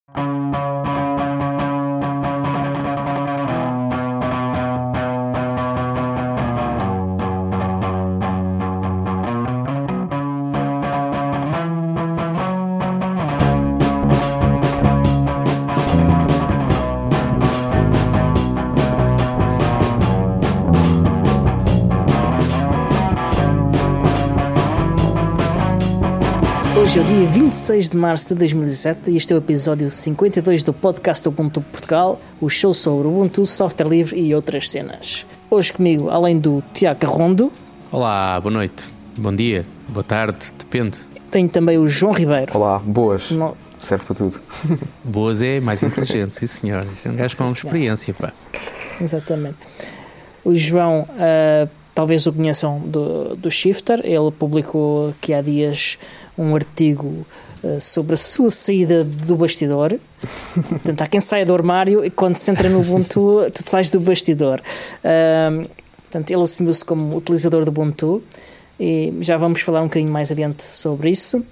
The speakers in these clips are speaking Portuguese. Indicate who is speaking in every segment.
Speaker 1: Hoje é o dia 26 de março de 2017 e este é o episódio 52 do podcast Ubuntu Portugal, o show sobre Ubuntu, software livre e outras cenas. Hoje comigo, além do Tiago Carrondo.
Speaker 2: Olá, boa noite, bom dia, boa tarde, depende.
Speaker 1: Tenho também o João Ribeiro.
Speaker 3: Olá, boas, serve para tudo.
Speaker 2: Boas é mais inteligente, sim senhor. Isto é um gajo com experiência, pá.
Speaker 1: Exatamente. O João, talvez o conheçam do Shifter. Ele publicou aqui há dias um artigo sobre a sua saída do bastidor. Portanto, há quem saia do armário e quando se entra no Ubuntu, tu sais do bastidor. Portanto, ele assumiu-se como utilizador do Ubuntu e já vamos falar um bocadinho mais adiante sobre isso.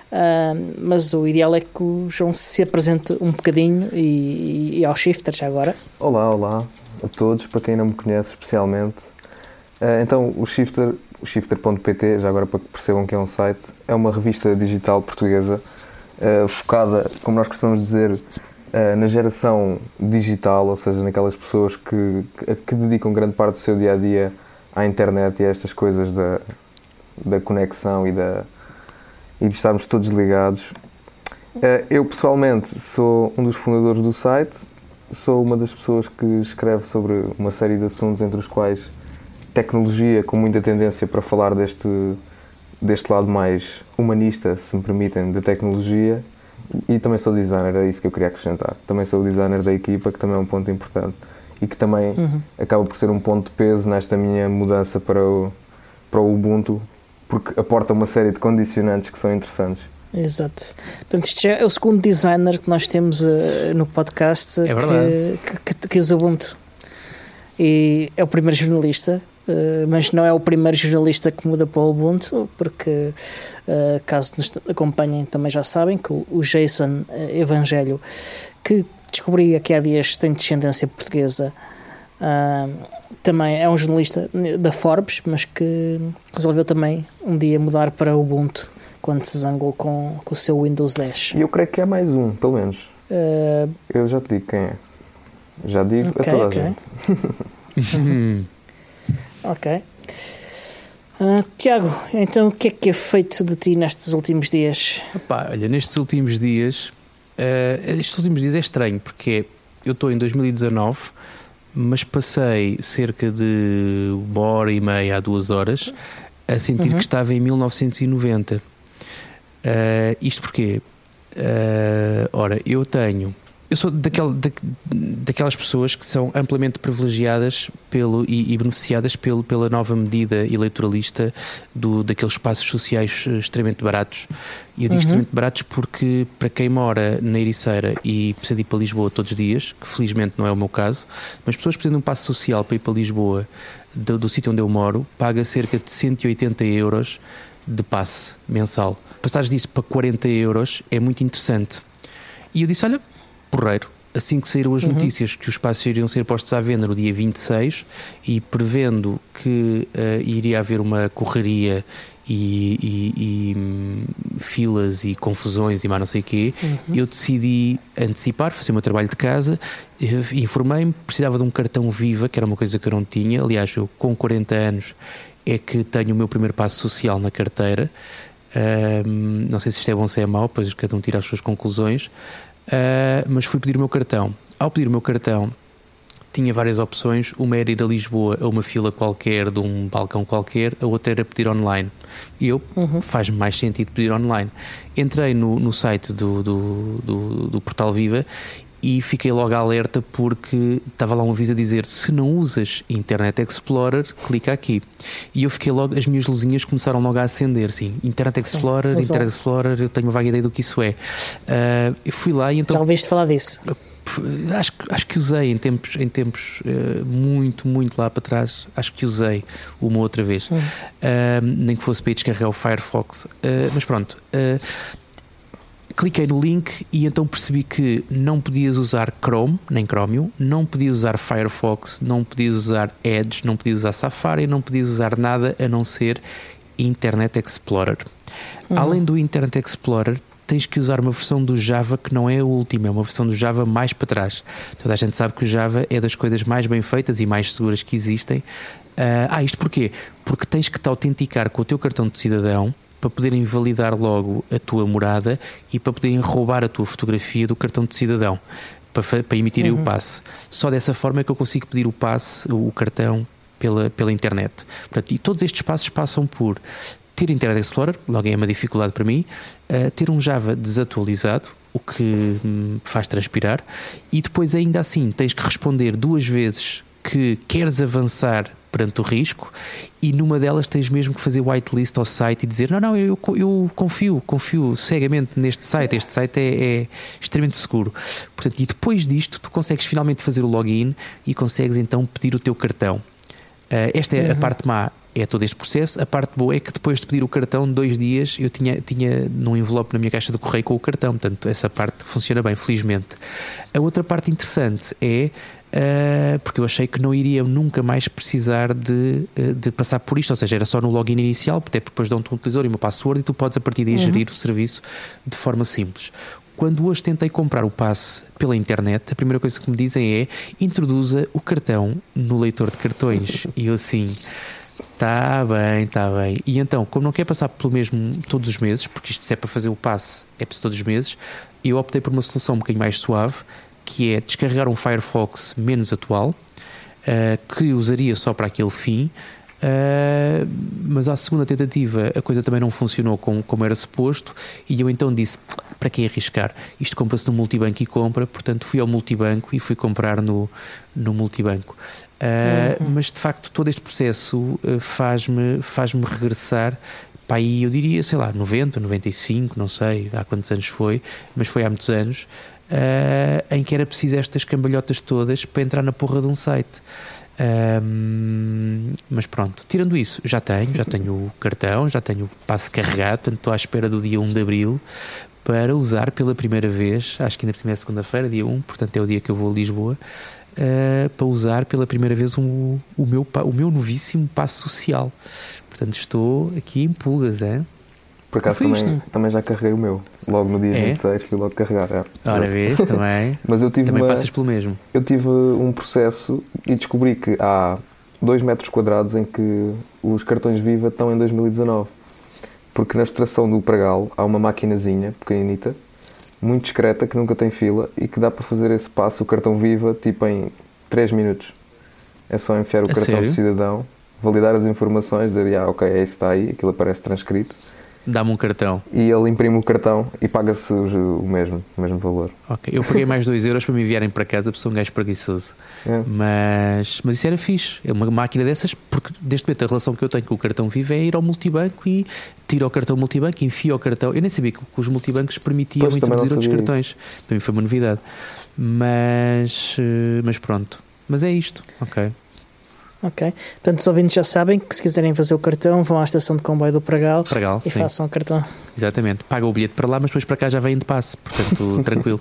Speaker 1: Mas o ideal é que o João se apresente um bocadinho e ao Shifter já agora.
Speaker 3: Olá a todos, para quem não me conhece especialmente. Então, o Shifter.pt, já agora para que percebam que é um site, é uma revista digital portuguesa focada, como nós costumamos dizer, na geração digital, ou seja, naquelas pessoas que dedicam grande parte do seu dia-a-dia à internet e a estas coisas da conexão e de estarmos todos ligados. Eu, pessoalmente, sou um dos fundadores do site, sou uma das pessoas que escreve sobre uma série de assuntos, entre os quais tecnologia, com muita tendência para falar deste lado mais humanista, se me permitem, da tecnologia, e também sou designer, é isso que eu queria acrescentar. Também sou o designer da equipa, que também é um ponto importante e que também acaba por ser um ponto de peso nesta minha mudança para o Ubuntu, porque aporta uma série de condicionantes que são interessantes.
Speaker 1: Exato. Portanto, isto já é o segundo designer que nós temos no podcast que usa Ubuntu. E é o primeiro jornalista, mas não é o primeiro jornalista que muda para o Ubuntu, porque caso nos acompanhem também já sabem que o Jason Evangelho, que descobri aqui há dias tem descendência portuguesa, também é um jornalista da Forbes, mas que resolveu também um dia mudar para o Ubuntu quando se zangou com o seu Windows 10.
Speaker 3: E eu creio que é mais um, pelo menos. Eu já te digo quem é. Já digo a toda a gente.
Speaker 1: Ok. Tiago, então o que é feito de ti nestes últimos dias?
Speaker 2: Epá, olha, nestes últimos dias é estranho, porque eu estou em 2019, mas passei cerca de 1h30 a 2 horas a sentir que estava em 1990. Isto porquê? Ora, eu sou daquelas pessoas que são amplamente privilegiadas e beneficiadas pela nova medida eleitoralista daqueles espaços sociais extremamente baratos. E eu digo extremamente baratos porque, para quem mora na Ericeira e precisa ir para Lisboa todos os dias, que felizmente não é o meu caso, mas pessoas que precisam de um passe social para ir para Lisboa do sítio onde eu moro, paga cerca de 180 euros de passe mensal. Passares disso para 40 euros é muito interessante. E eu disse, olha, porreiro, assim que saíram as notícias que os espaços iriam ser postos à venda no dia 26 e prevendo que iria haver uma correria e filas e confusões e mais não sei o quê, eu decidi antecipar, fazer o meu trabalho de casa, informei-me, precisava de um cartão Viva, que era uma coisa que eu não tinha. Aliás, eu com 40 anos é que tenho o meu primeiro passo social na carteira. Não sei se isto é bom ou se é mau, pois cada um tira as suas conclusões. Mas fui pedir o meu cartão. Ao pedir o meu cartão, tinha várias opções. Uma era ir a Lisboa a uma fila qualquer, de um balcão qualquer, a outra era pedir online. E faz-me mais sentido pedir online. Entrei no site do Portal Viva e fiquei logo alerta porque estava lá um aviso a dizer: se não usas Internet Explorer, clica aqui. E eu fiquei logo, as minhas luzinhas começaram logo a acender, sim, Internet Explorer, eu tenho uma vaga ideia do que isso é. Eu fui lá e então...
Speaker 1: Já ouviste falar disso?
Speaker 2: Acho que usei em tempos muito lá para trás, acho que usei uma outra vez, nem que fosse para ir descarregar o Firefox, mas pronto. cliquei no link e então percebi que não podias usar Chrome, nem Chromium, não podias usar Firefox, não podias usar Edge, não podias usar Safari, não podias usar nada a não ser Internet Explorer. Além do Internet Explorer, tens que usar uma versão do Java que não é a última, é uma versão do Java mais para trás. Toda a gente sabe que o Java é das coisas mais bem feitas e mais seguras que existem. Isto porquê? Porque tens que te autenticar com o teu cartão de cidadão para poderem validar logo a tua morada e para poderem roubar a tua fotografia do cartão de cidadão para emitirem o passe. Só dessa forma é que eu consigo pedir o passe, o cartão, pela internet. Portanto, e todos estes passos passam por ter Internet Explorer, logo é uma dificuldade para mim, ter um Java desatualizado, o que me faz transpirar, e depois ainda assim tens que responder 2 vezes que queres avançar perante o risco, e numa delas tens mesmo que fazer whitelist ao site e dizer não, eu confio cegamente neste site, este site é extremamente seguro. Portanto, e depois disto tu consegues finalmente fazer o login e consegues então pedir o teu cartão. Esta é a parte má, é todo este processo. A parte boa é que depois de pedir o cartão, 2 dias eu tinha num envelope na minha caixa de correio com o cartão. Portanto, essa parte funciona bem, felizmente. A outra parte interessante é porque eu achei que não iria nunca mais precisar de passar por isto, ou seja, era só no login inicial, até porque depois dão-te um utilizador e uma password e tu podes a partir daí gerir o serviço de forma simples. Quando hoje tentei comprar o passe pela internet, a primeira coisa que me dizem é introduza o cartão no leitor de cartões. E eu assim, está bem. E então, como não quer passar pelo mesmo todos os meses, porque isto se é para fazer o passe, é preciso todos os meses, eu optei por uma solução um bocadinho mais suave, que é descarregar um Firefox menos atual, que usaria só para aquele fim, mas à segunda tentativa a coisa também não funcionou como era suposto, e eu então disse, para que arriscar? Isto compra-se no multibanco e compra, portanto fui ao multibanco e fui comprar no multibanco. Mas de facto todo este processo faz-me regressar para aí, eu diria, sei lá, 90, 95, não sei há quantos anos foi, mas foi há muitos anos, em que era preciso estas cambalhotas todas para entrar na porra de um site. Mas pronto, tirando isso, já tenho o cartão, já tenho o passe carregado, portanto estou à espera do dia 1 de Abril para usar pela primeira vez, acho que ainda por cima é segunda-feira, dia 1, portanto é o dia que eu vou a Lisboa, para usar pela primeira vez o meu novíssimo passe social. Portanto estou aqui em pulgas, é?
Speaker 3: Por acaso também já carreguei o meu. Logo no dia 26 fui logo carregar.
Speaker 2: Ora vês, também.
Speaker 3: Mas eu tive
Speaker 2: também passas pelo mesmo.
Speaker 3: Eu tive um processo e descobri que há 2 metros quadrados em que os cartões Viva estão em 2019. Porque na extração do Pragal há uma maquinazinha pequenita, muito discreta, que nunca tem fila e que dá para fazer esse passo, o cartão Viva, tipo em 3 minutos. É só enfiar o cartão do cidadão, validar as informações, dizer, ok, é isso, está aí, aquilo aparece transcrito.
Speaker 2: Dá-me um cartão.
Speaker 3: E ele imprime o cartão e paga-se o mesmo valor.
Speaker 2: Ok, eu paguei mais 2 euros para me enviarem para casa, porque sou um gajo preguiçoso. Mas isso era fixe. É uma máquina dessas, porque desde momento a relação que eu tenho com o cartão Vivo é ir ao multibanco e tiro o cartão multibanco, enfio o cartão. Eu nem sabia que os multibancos permitiam introduzir outros cartões. Para mim foi uma novidade. Mas pronto. Mas é isto.
Speaker 1: Ok, portanto os ouvintes já sabem que se quiserem fazer o cartão vão à estação de comboio do Pragal e sim, façam o cartão.
Speaker 2: Exatamente, paga o bilhete para lá, mas depois para cá já vem de passe, portanto tranquilo.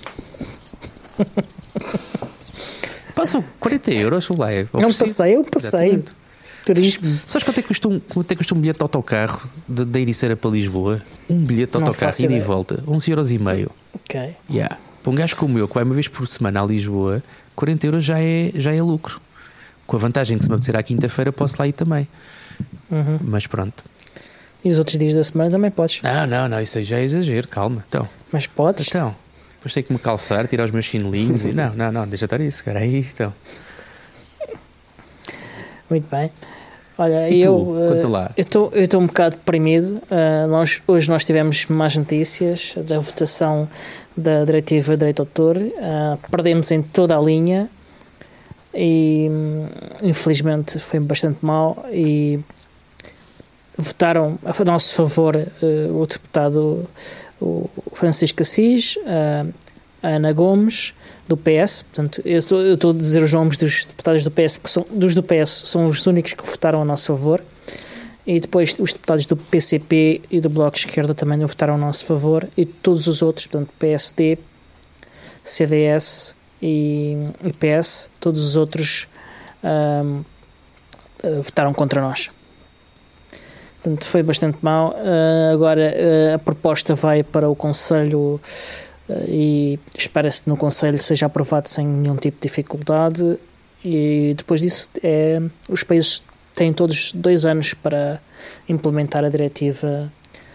Speaker 2: Passam 40 euros, lá é.
Speaker 1: Eu passei. Turismo.
Speaker 2: Sabes quanto é que custa um bilhete de autocarro da Ericeira para Lisboa? Um bilhete de autocarro ida e volta, 11,5€.
Speaker 1: Ok.
Speaker 2: Yeah. Para um gajo como eu, que vai uma vez por semana a Lisboa, 40 euros já é lucro. Com a vantagem que se me apetecer à quinta-feira posso lá ir também. Mas pronto.
Speaker 1: E os outros dias da semana também podes.
Speaker 2: Não, isso aí já é exagero, calma. Então,
Speaker 1: mas podes?
Speaker 2: Então, depois tenho que me calçar, tirar os meus chinelinhos e não, deixa estar isso, cara. Aí então.
Speaker 1: Muito bem. Olha,
Speaker 2: eu
Speaker 1: estou um bocado deprimido. Hoje nós tivemos mais notícias da votação da Diretiva de Direito de Autor. Perdemos em toda a linha. E infelizmente foi bastante mal e votaram a nosso favor o deputado o Francisco Assis, a Ana Gomes do PS. Portanto, eu estou a dizer os nomes dos deputados do PS porque dos do PS são os únicos que votaram a nosso favor e depois os deputados do PCP e do Bloco de Esquerda também não votaram a nosso favor, e todos os outros, portanto PSD, CDS e PS, todos os outros votaram contra nós. Portanto, foi bastante mau. Agora a proposta vai para o Conselho e espera-se que no Conselho seja aprovado sem nenhum tipo de dificuldade, e depois disso os países têm todos 2 anos para implementar a diretiva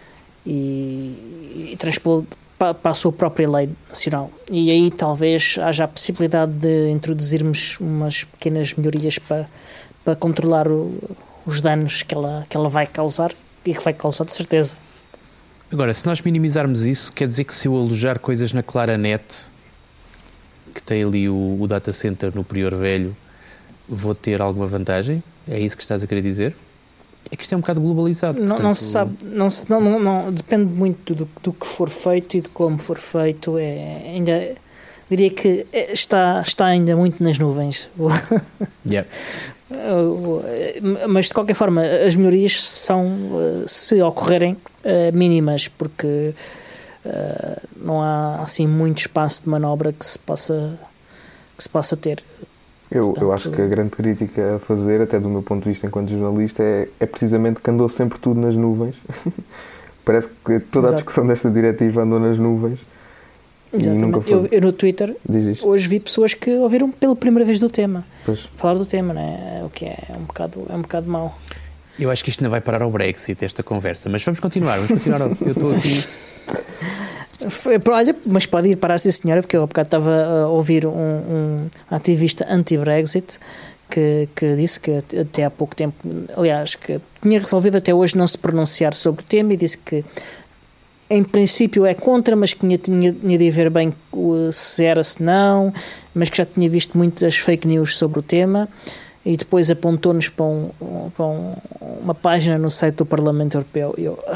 Speaker 1: e transpô-la para a sua própria lei nacional. E aí talvez haja a possibilidade de introduzirmos umas pequenas melhorias para controlar os danos que ela vai causar, e que vai causar de certeza.
Speaker 2: Agora, se nós minimizarmos isso, quer dizer que se eu alojar coisas na Claranet, que tem ali o data center no Prior Velho, vou ter alguma vantagem? É isso que estás a querer dizer? É que isto é um bocado globalizado.
Speaker 1: Não se sabe, não, depende muito do que for feito e de como for feito. Ainda diria que está ainda muito nas nuvens.
Speaker 2: Yeah.
Speaker 1: Mas de qualquer forma, as melhorias são, se ocorrerem, mínimas, porque não há assim muito espaço de manobra que se possa ter.
Speaker 3: Eu acho que a grande crítica a fazer, até do meu ponto de vista enquanto jornalista, é precisamente que andou sempre tudo nas nuvens. Parece que toda a discussão desta diretiva andou nas nuvens.
Speaker 1: Exatamente.
Speaker 3: E nunca foi.
Speaker 1: Eu no Twitter hoje vi pessoas que ouviram pela primeira vez do tema.
Speaker 3: Pois.
Speaker 1: Falar do tema, né? O que é um bocado mau.
Speaker 2: Eu acho que isto não vai parar ao Brexit, esta conversa, mas vamos continuar. Eu estou aqui.
Speaker 1: Olha, mas pode ir parar, sim senhora, porque eu há bocado estava a ouvir um ativista anti-Brexit que disse que até há pouco tempo, aliás, que tinha resolvido até hoje não se pronunciar sobre o tema, e disse que em princípio é contra, mas que tinha de ver bem se era, se não, mas que já tinha visto muitas fake news sobre o tema, e depois apontou-nos para uma página no site do Parlamento Europeu, e eu...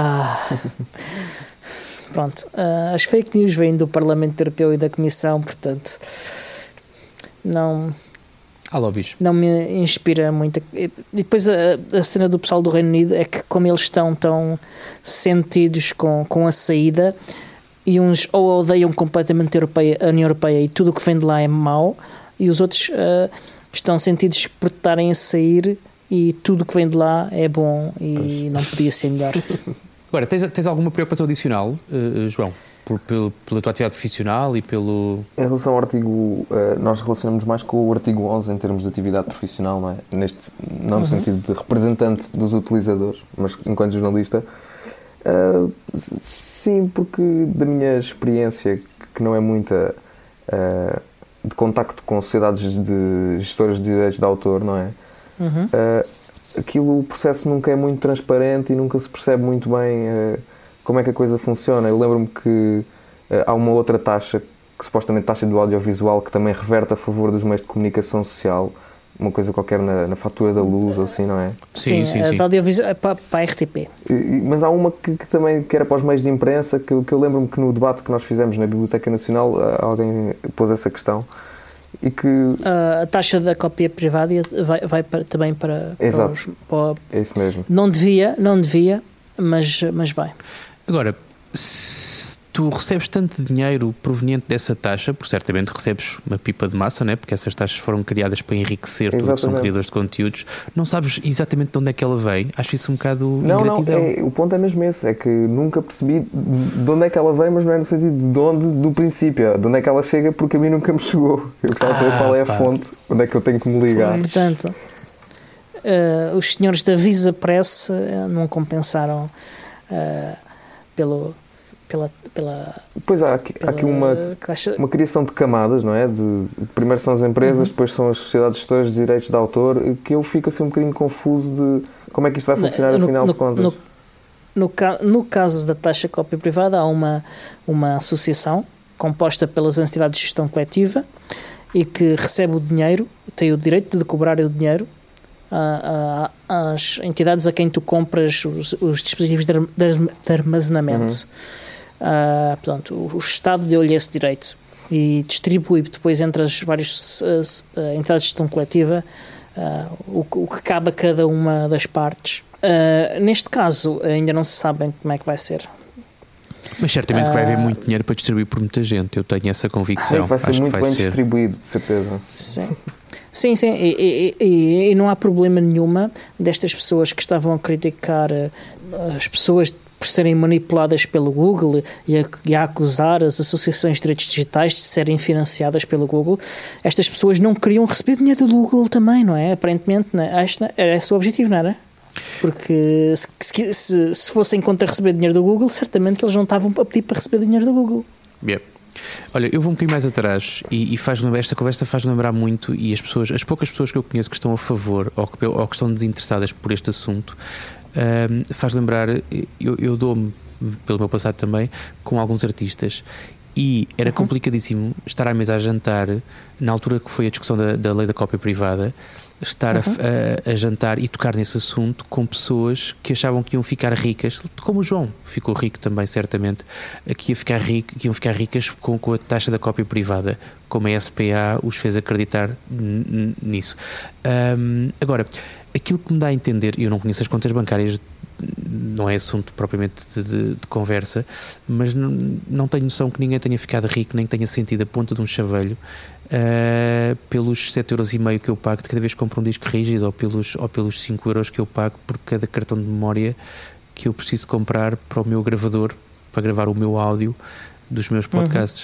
Speaker 1: Pronto, as fake news vêm do Parlamento Europeu e da Comissão, portanto não me inspira muito. E depois a cena do pessoal do Reino Unido é que, como eles estão tão sentidos com a saída, e uns ou odeiam completamente a União Europeia e tudo o que vem de lá é mau, e os outros estão sentidos por estarem a sair e tudo o que vem de lá é bom e não podia ser melhor.
Speaker 2: Agora, tens alguma preocupação adicional, João, pela tua atividade profissional e pelo...
Speaker 3: Em relação ao artigo, nós relacionamos mais com o artigo 11 em termos de atividade profissional, não é? Não no sentido de representante dos utilizadores, mas enquanto jornalista. Sim, porque da minha experiência, que não é muita, de contacto com sociedades de gestoras de direitos de autor, não é? O processo nunca é muito transparente e nunca se percebe muito bem como é que a coisa funciona. Eu lembro-me que há uma outra taxa, que supostamente taxa do audiovisual, que também reverte a favor dos meios de comunicação social, uma coisa qualquer na fatura da luz ou assim, não é?
Speaker 1: Sim. De audiovisual para a RTP.
Speaker 3: Mas há uma que também que era para os meios de imprensa, que eu lembro-me que no debate que nós fizemos na Biblioteca Nacional alguém pôs essa questão. E que
Speaker 1: a taxa da cópia privada vai também para
Speaker 3: Exato. É isso mesmo.
Speaker 1: Não devia, mas vai.
Speaker 2: Agora, se tu recebes tanto dinheiro proveniente dessa taxa, porque certamente recebes uma pipa de massa, né? Porque essas taxas foram criadas para enriquecer tudo que são criadores de conteúdos, não sabes exatamente de onde é que ela vem. Acho isso um bocado ingratidão.
Speaker 3: O ponto é mesmo esse, é que nunca percebi de onde é que ela vem, mas não é no sentido de onde, do princípio, de onde é que ela chega, porque a mim nunca me chegou. Eu gostava de saber qual é a fonte, onde é que eu tenho que me ligar.
Speaker 1: Portanto, os senhores da Visa Press não compensaram
Speaker 3: Pois há aqui uma criação de camadas, não é? Primeiro são as empresas, depois são as sociedades gestoras de direitos de autor, que eu fico assim um bocadinho confuso de como é que isto vai funcionar afinal de contas.
Speaker 1: No caso da taxa cópia privada, há uma associação composta pelas entidades de gestão coletiva e que recebe o dinheiro, tem o direito de cobrar o dinheiro às entidades a quem tu compras os dispositivos de armazenamento. Portanto, o Estado deu-lhe esse direito e distribui depois entre as várias entidades de gestão coletiva o que cabe a cada uma das partes Neste caso, ainda não se sabem como é que vai ser.
Speaker 2: Mas certamente que vai haver muito dinheiro para distribuir por muita gente. Eu tenho essa convicção.
Speaker 3: Vai ser
Speaker 2: Acho
Speaker 3: muito
Speaker 2: que vai
Speaker 3: bem
Speaker 2: ser
Speaker 3: distribuído, de certeza.
Speaker 1: Sim. E não há problema nenhuma destas pessoas que estavam a criticar as pessoas por serem manipuladas pelo Google e a acusar as associações de direitos digitais de serem financiadas pelo Google. Estas pessoas não queriam receber dinheiro do Google também, não é? Aparentemente, não é? Era esse o objetivo, não era? Porque se fossem contra receber dinheiro do Google, certamente que eles não estavam a pedir para receber dinheiro do Google.
Speaker 2: Yeah. Olha, eu vou um bocadinho mais atrás e esta conversa faz lembrar muito, e as poucas pessoas que eu conheço que estão a favor ou que estão desinteressadas por este assunto, faz lembrar, eu dou-me, pelo meu passado também, com alguns artistas, e era complicadíssimo estar à mesa a jantar, na altura que foi a discussão da lei da cópia privada, estar a jantar e tocar nesse assunto com pessoas que achavam que iam ficar ricas, como o João ficou rico também, certamente, que iam ficar ricas com a taxa da cópia privada, como a SPA os fez acreditar nisso. Agora, aquilo que me dá a entender, eu não conheço as contas bancárias, não é assunto propriamente de conversa, mas não tenho noção que ninguém tenha ficado rico, nem tenha sentido a ponta de um chaveiro pelos 7,5€ que eu pago de cada vez que compro um disco rígido, ou pelos 5€ que eu pago por cada cartão de memória que eu preciso comprar para o meu gravador, para gravar o meu áudio dos meus podcasts.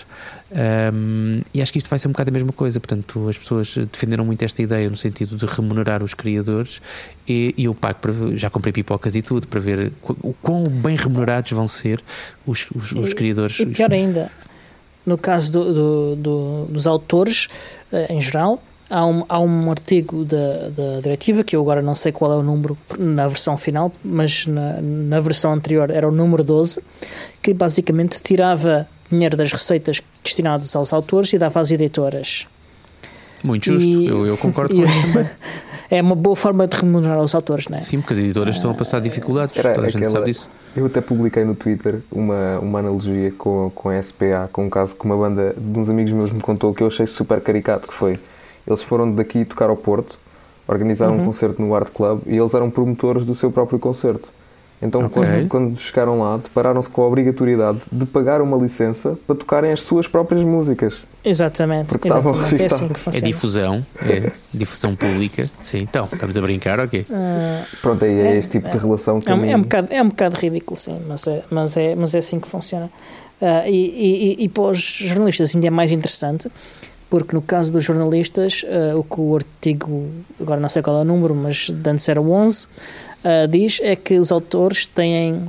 Speaker 2: E acho que isto vai ser um bocado a mesma coisa. Portanto, as pessoas defenderam muito esta ideia no sentido de remunerar os criadores, e eu pago já comprei pipocas e tudo para ver o quão bem remunerados vão ser os criadores.
Speaker 1: E pior ainda, no caso dos autores, em geral, há um artigo da diretiva, que eu agora não sei qual é o número na versão final, mas na versão anterior era o número 12, que basicamente tirava dinheiro das receitas destinadas aos autores e dava às editoras.
Speaker 2: Muito justo, eu concordo com isso também.
Speaker 1: É uma boa forma de remunerar os autores, não é?
Speaker 2: Sim, porque as editoras estão a passar dificuldades, toda a gente sabe disso.
Speaker 3: Eu até publiquei no Twitter uma analogia com a SPA, com um caso que uma banda de uns amigos meus me contou, que eu achei super caricato, que foi: eles foram daqui tocar ao Porto, organizaram um concerto no Art Club, e eles eram promotores do seu próprio concerto. Então, quando chegaram lá, depararam-se com a obrigatoriedade de pagar uma licença para tocarem as suas próprias músicas.
Speaker 1: Exatamente.
Speaker 3: Porque estavam registados.
Speaker 1: É assim que funciona.
Speaker 2: É difusão pública. Sim, então, estamos a brincar, ok.
Speaker 3: Pronto, é este tipo de relação que
Speaker 1: é um bocado ridículo, sim, mas é assim que funciona. E para os jornalistas ainda é mais interessante, porque no caso dos jornalistas, o que o artigo, agora não sei qual é o número, mas de antes era o 11, diz é que os autores têm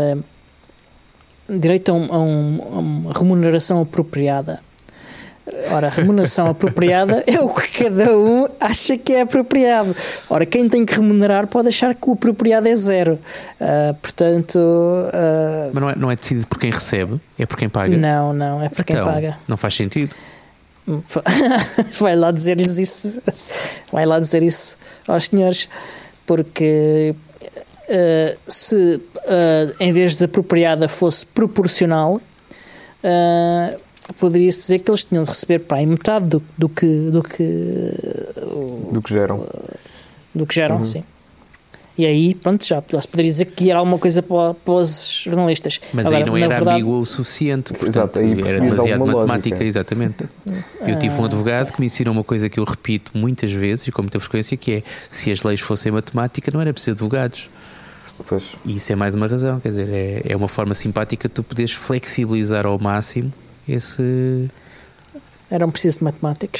Speaker 1: direito a uma remuneração apropriada. Ora, a remuneração apropriada é o que cada um acha que é apropriado. Ora, quem tem que remunerar pode achar que o apropriado é 0. Portanto...
Speaker 2: Mas não é decidido por quem recebe, é por quem paga?
Speaker 1: Não, é por quem paga.
Speaker 2: Não faz sentido.
Speaker 1: Vai lá dizer isso aos senhores, porque se em vez de apropriada fosse proporcional, poderia-se dizer que eles tinham de receber para aí metade do que geram, sim. E aí, pronto, já se poderia dizer que era alguma coisa para os jornalistas.
Speaker 2: Mas agora, aí não era ambíguo o suficiente, portanto, era demasiado matemática, lógica. Exatamente. Eu tive um advogado que me ensinou uma coisa que eu repito muitas vezes e com muita frequência, que é: se as leis fossem matemática, não era preciso advogados.
Speaker 3: Pois.
Speaker 2: E isso é mais uma razão, quer dizer, é uma forma simpática de tu poderes flexibilizar ao máximo esse...
Speaker 1: Era um preciso de matemáticos.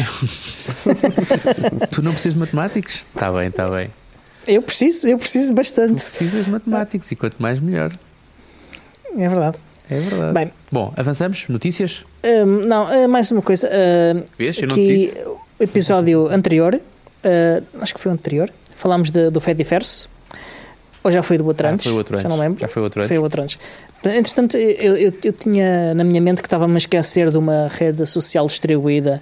Speaker 2: Tu não precisas de matemáticos? Está bem.
Speaker 1: Eu preciso bastante.
Speaker 2: Tu precisas de matemáticos, e quanto mais melhor.
Speaker 1: É verdade.
Speaker 2: Bem, bom, avançamos? Notícias?
Speaker 1: Mais uma coisa.
Speaker 2: Vês? Eu não
Speaker 1: que o episódio anterior, acho que foi o anterior, falámos do Fediverso. Ou já foi do outro antes?
Speaker 2: Foi o outro antes.
Speaker 1: Já não lembro.
Speaker 2: Já foi o outro antes.
Speaker 1: Foi o outro antes. Entretanto, eu tinha na minha mente que estava-me a esquecer de uma rede social distribuída,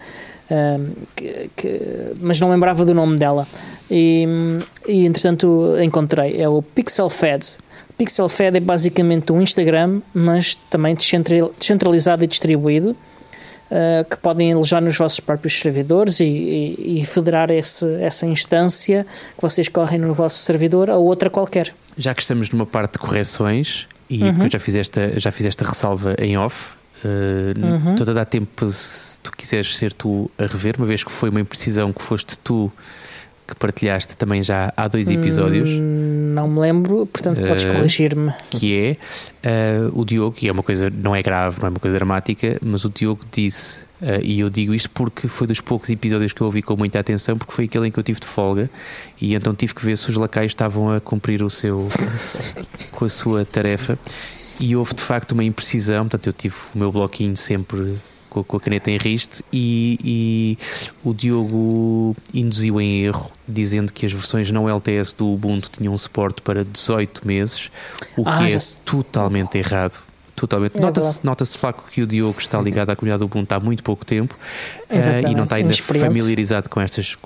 Speaker 1: mas não lembrava do nome dela. E entretanto encontrei. É o PixelFed. PixelFed é basicamente um Instagram, mas também descentralizado e distribuído. que podem alojar nos vossos próprios servidores e federar essa instância que vocês correm no vosso servidor a outra qualquer.
Speaker 2: Já que estamos numa parte de correções, e eu já fiz esta ressalva em off, toda dá tempo, se tu quiseres ser tu a rever, uma vez que foi uma imprecisão que foste tu que partilhaste também já há 2 episódios.
Speaker 1: Não me lembro, portanto podes corrigir-me.
Speaker 2: Que é o Diogo, e é uma coisa, não é grave, não é uma coisa dramática, mas o Diogo disse, e eu digo isto porque foi dos poucos episódios que eu ouvi com muita atenção, porque foi aquele em que eu tive de folga, e então tive que ver se os lacaios estavam a cumprir com a sua tarefa, e houve de facto uma imprecisão. Portanto, eu tive o meu bloquinho sempre com a caneta em riste, e o Diogo induziu em erro, dizendo que as versões não LTS do Ubuntu tinham suporte para 18 meses, o que é totalmente errado. Totalmente. Nota-se Flaco, que o Diogo está ligado à comunidade do Ubuntu há muito pouco tempo, e não está ainda familiarizado com estas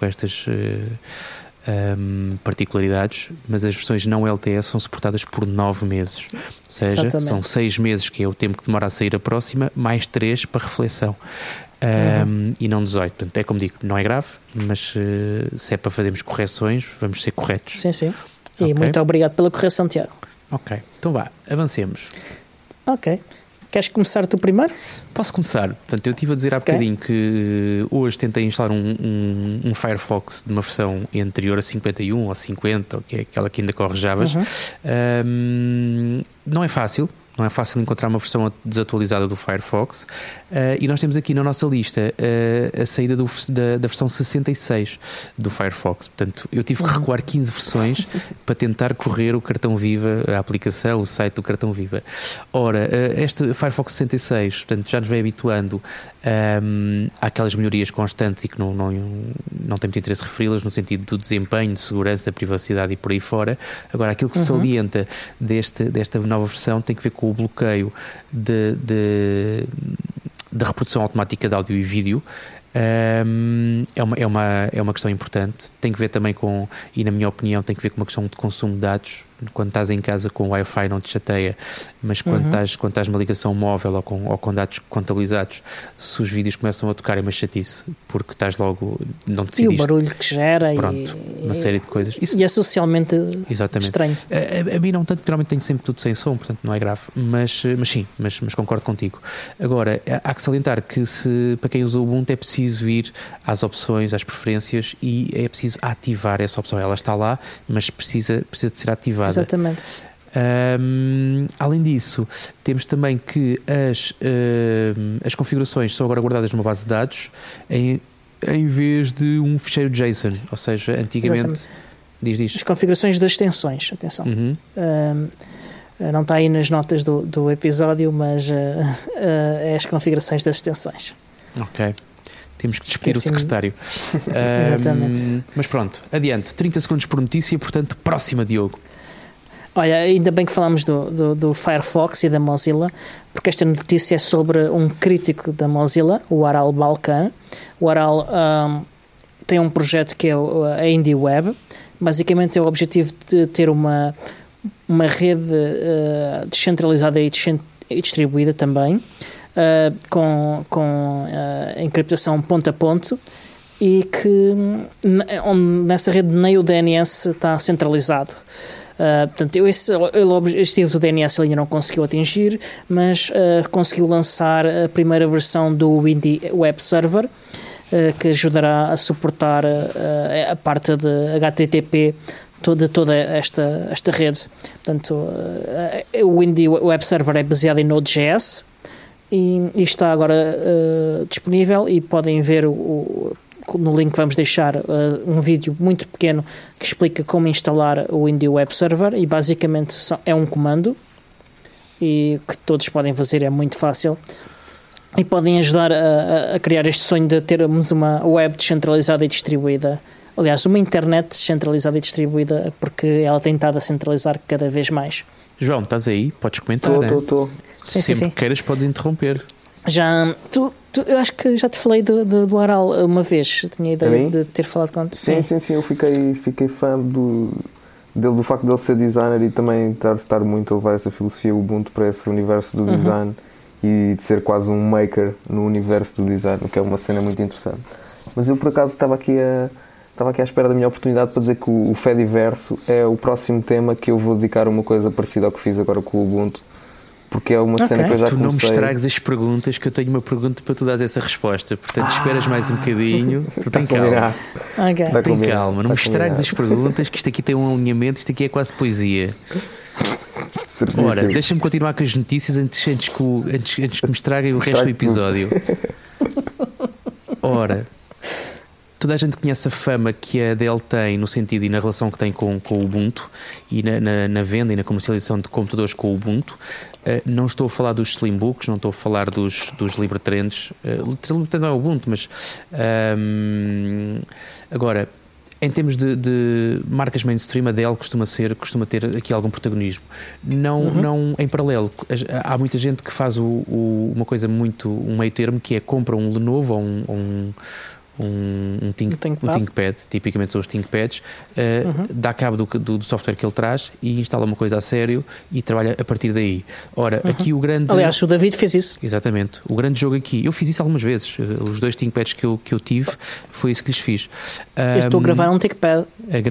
Speaker 2: particularidades, mas as versões não LTS são suportadas por 9 meses, ou seja, são 6 meses, que é o tempo que demora a sair a próxima, mais 3 para reflexão, e não 18. Portanto, é como digo, não é grave, mas se é para fazermos correções, vamos ser corretos.
Speaker 1: Sim. E muito obrigado pela correção, Tiago.
Speaker 2: Ok, então vá, avancemos.
Speaker 1: Ok. Queres começar tu primeiro?
Speaker 2: Posso começar. Portanto, eu estive a dizer há bocadinho que hoje tentei instalar um Firefox de uma versão anterior a 51 ou 50, ou que é aquela que ainda corre Javas. Não é fácil. Não é fácil encontrar uma versão desatualizada do Firefox, e nós temos aqui na nossa lista a saída da versão 66 do Firefox. Portanto, eu tive que recuar 15 versões para tentar correr o cartão Viva, a aplicação, o site do cartão Viva. Ora, este Firefox 66, portanto, já nos vai habituando àquelas melhorias constantes, e que não tem muito interesse referi-las, no sentido do desempenho, de segurança, da privacidade e por aí fora. Agora, aquilo que se salienta desta nova versão tem que ver com o bloqueio da reprodução automática de áudio e vídeo. É uma questão importante. Tem que ver também com, e na minha opinião, tem que ver com uma questão de consumo de dados. Quando estás em casa com o Wi-Fi não te chateia, mas quando estás numa ligação móvel ou com dados contabilizados, se os vídeos começam a tocar, é uma chatice, porque estás logo, não decidiste.
Speaker 1: E o barulho que gera.
Speaker 2: Pronto, uma série de coisas.
Speaker 1: E é socialmente estranho.
Speaker 2: A mim não tanto, porque normalmente tenho sempre tudo sem som, portanto não é grave, mas sim, mas concordo contigo. Agora, há que salientar que para quem usa o Ubuntu é preciso ir às opções, às preferências, e é preciso ativar essa opção. Ela está lá, mas precisa de ser ativada.
Speaker 1: Exatamente.
Speaker 2: Além disso, temos também que as configurações são agora guardadas numa base de dados em vez de um ficheiro JSON, ou seja, antigamente diz.
Speaker 1: As configurações das extensões, atenção. Não está aí nas notas do episódio, mas é as configurações das extensões.
Speaker 2: Ok. Temos que despedir o secretário.
Speaker 1: Exatamente.
Speaker 2: Mas pronto, adiante. 30 segundos por notícia, portanto, próxima, Diogo.
Speaker 1: Olha, ainda bem que falamos do Firefox e da Mozilla, porque esta notícia é sobre um crítico da Mozilla, o Aral Balkan. O Aral tem um projeto que é a IndieWeb. Basicamente é o objetivo de ter uma rede descentralizada e distribuída também, com encriptação ponto a ponto, e que nessa rede nem o DNS está centralizado. Portanto, o objetivo do DNS ele ainda não conseguiu atingir, mas conseguiu lançar a primeira versão do Indie Web Server, que ajudará a suportar a parte de HTTP de toda esta rede. Portanto, o Indie Web Server é baseado em Node.js e está agora disponível, e podem ver no link que vamos deixar um vídeo muito pequeno que explica como instalar o Indie Web Server, e basicamente é um comando e que todos podem fazer, é muito fácil, e podem ajudar a criar este sonho de termos uma web descentralizada e distribuída. Aliás, uma internet descentralizada e distribuída, porque ela tem estado a centralizar cada vez mais.
Speaker 2: João, estás aí? Podes comentar,
Speaker 3: Estou.
Speaker 2: Sempre que queiras podes interromper.
Speaker 1: Eu acho que já te falei do Aral uma vez. Eu tinha a ideia de ter falado contigo.
Speaker 3: Sim, eu fiquei fã do facto de ele ser designer e também estar muito a levar essa filosofia Ubuntu para esse universo do design e de ser quase um maker no universo do design, o que é uma cena muito interessante. Mas eu por acaso estava aqui à espera da minha oportunidade para dizer que o Fediverso é o próximo tema que eu vou dedicar a uma coisa parecida ao que fiz agora com o Ubuntu, porque é uma cena que eu já
Speaker 2: Tu
Speaker 3: comecei...
Speaker 2: não me estragues as perguntas, que eu tenho uma pergunta para tu dares essa resposta. Portanto, esperas mais um bocadinho. Tu tem calma. Tem calma, não me estragues as perguntas, que isto aqui tem um alinhamento, isto aqui é quase poesia. Ora, deixa-me continuar com as notícias antes que me estraguem o resto do episódio. Ora, toda a gente conhece a fama que a Dell tem no sentido e na relação que tem com o Ubuntu e na venda e na comercialização de computadores com o Ubuntu. Não estou a falar dos Slimbooks, não estou a falar dos LibreTrends. Não é o Ubuntu, mas agora, em termos de marcas mainstream, a Dell costuma ter aqui algum protagonismo. Não em paralelo. Há muita gente que faz uma coisa um meio termo, que é compra um Lenovo ou um ThinkPad, tipicamente são os ThinkPads, dá cabo do software que ele traz e instala uma coisa a sério e trabalha a partir daí. Ora, aqui o grande...
Speaker 1: Aliás, o David fez isso.
Speaker 2: Exatamente. O grande jogo aqui, eu fiz isso algumas vezes, os 2 ThinkPads que eu tive, foi isso que lhes fiz.
Speaker 1: Eu estou a gravar um ThinkPad.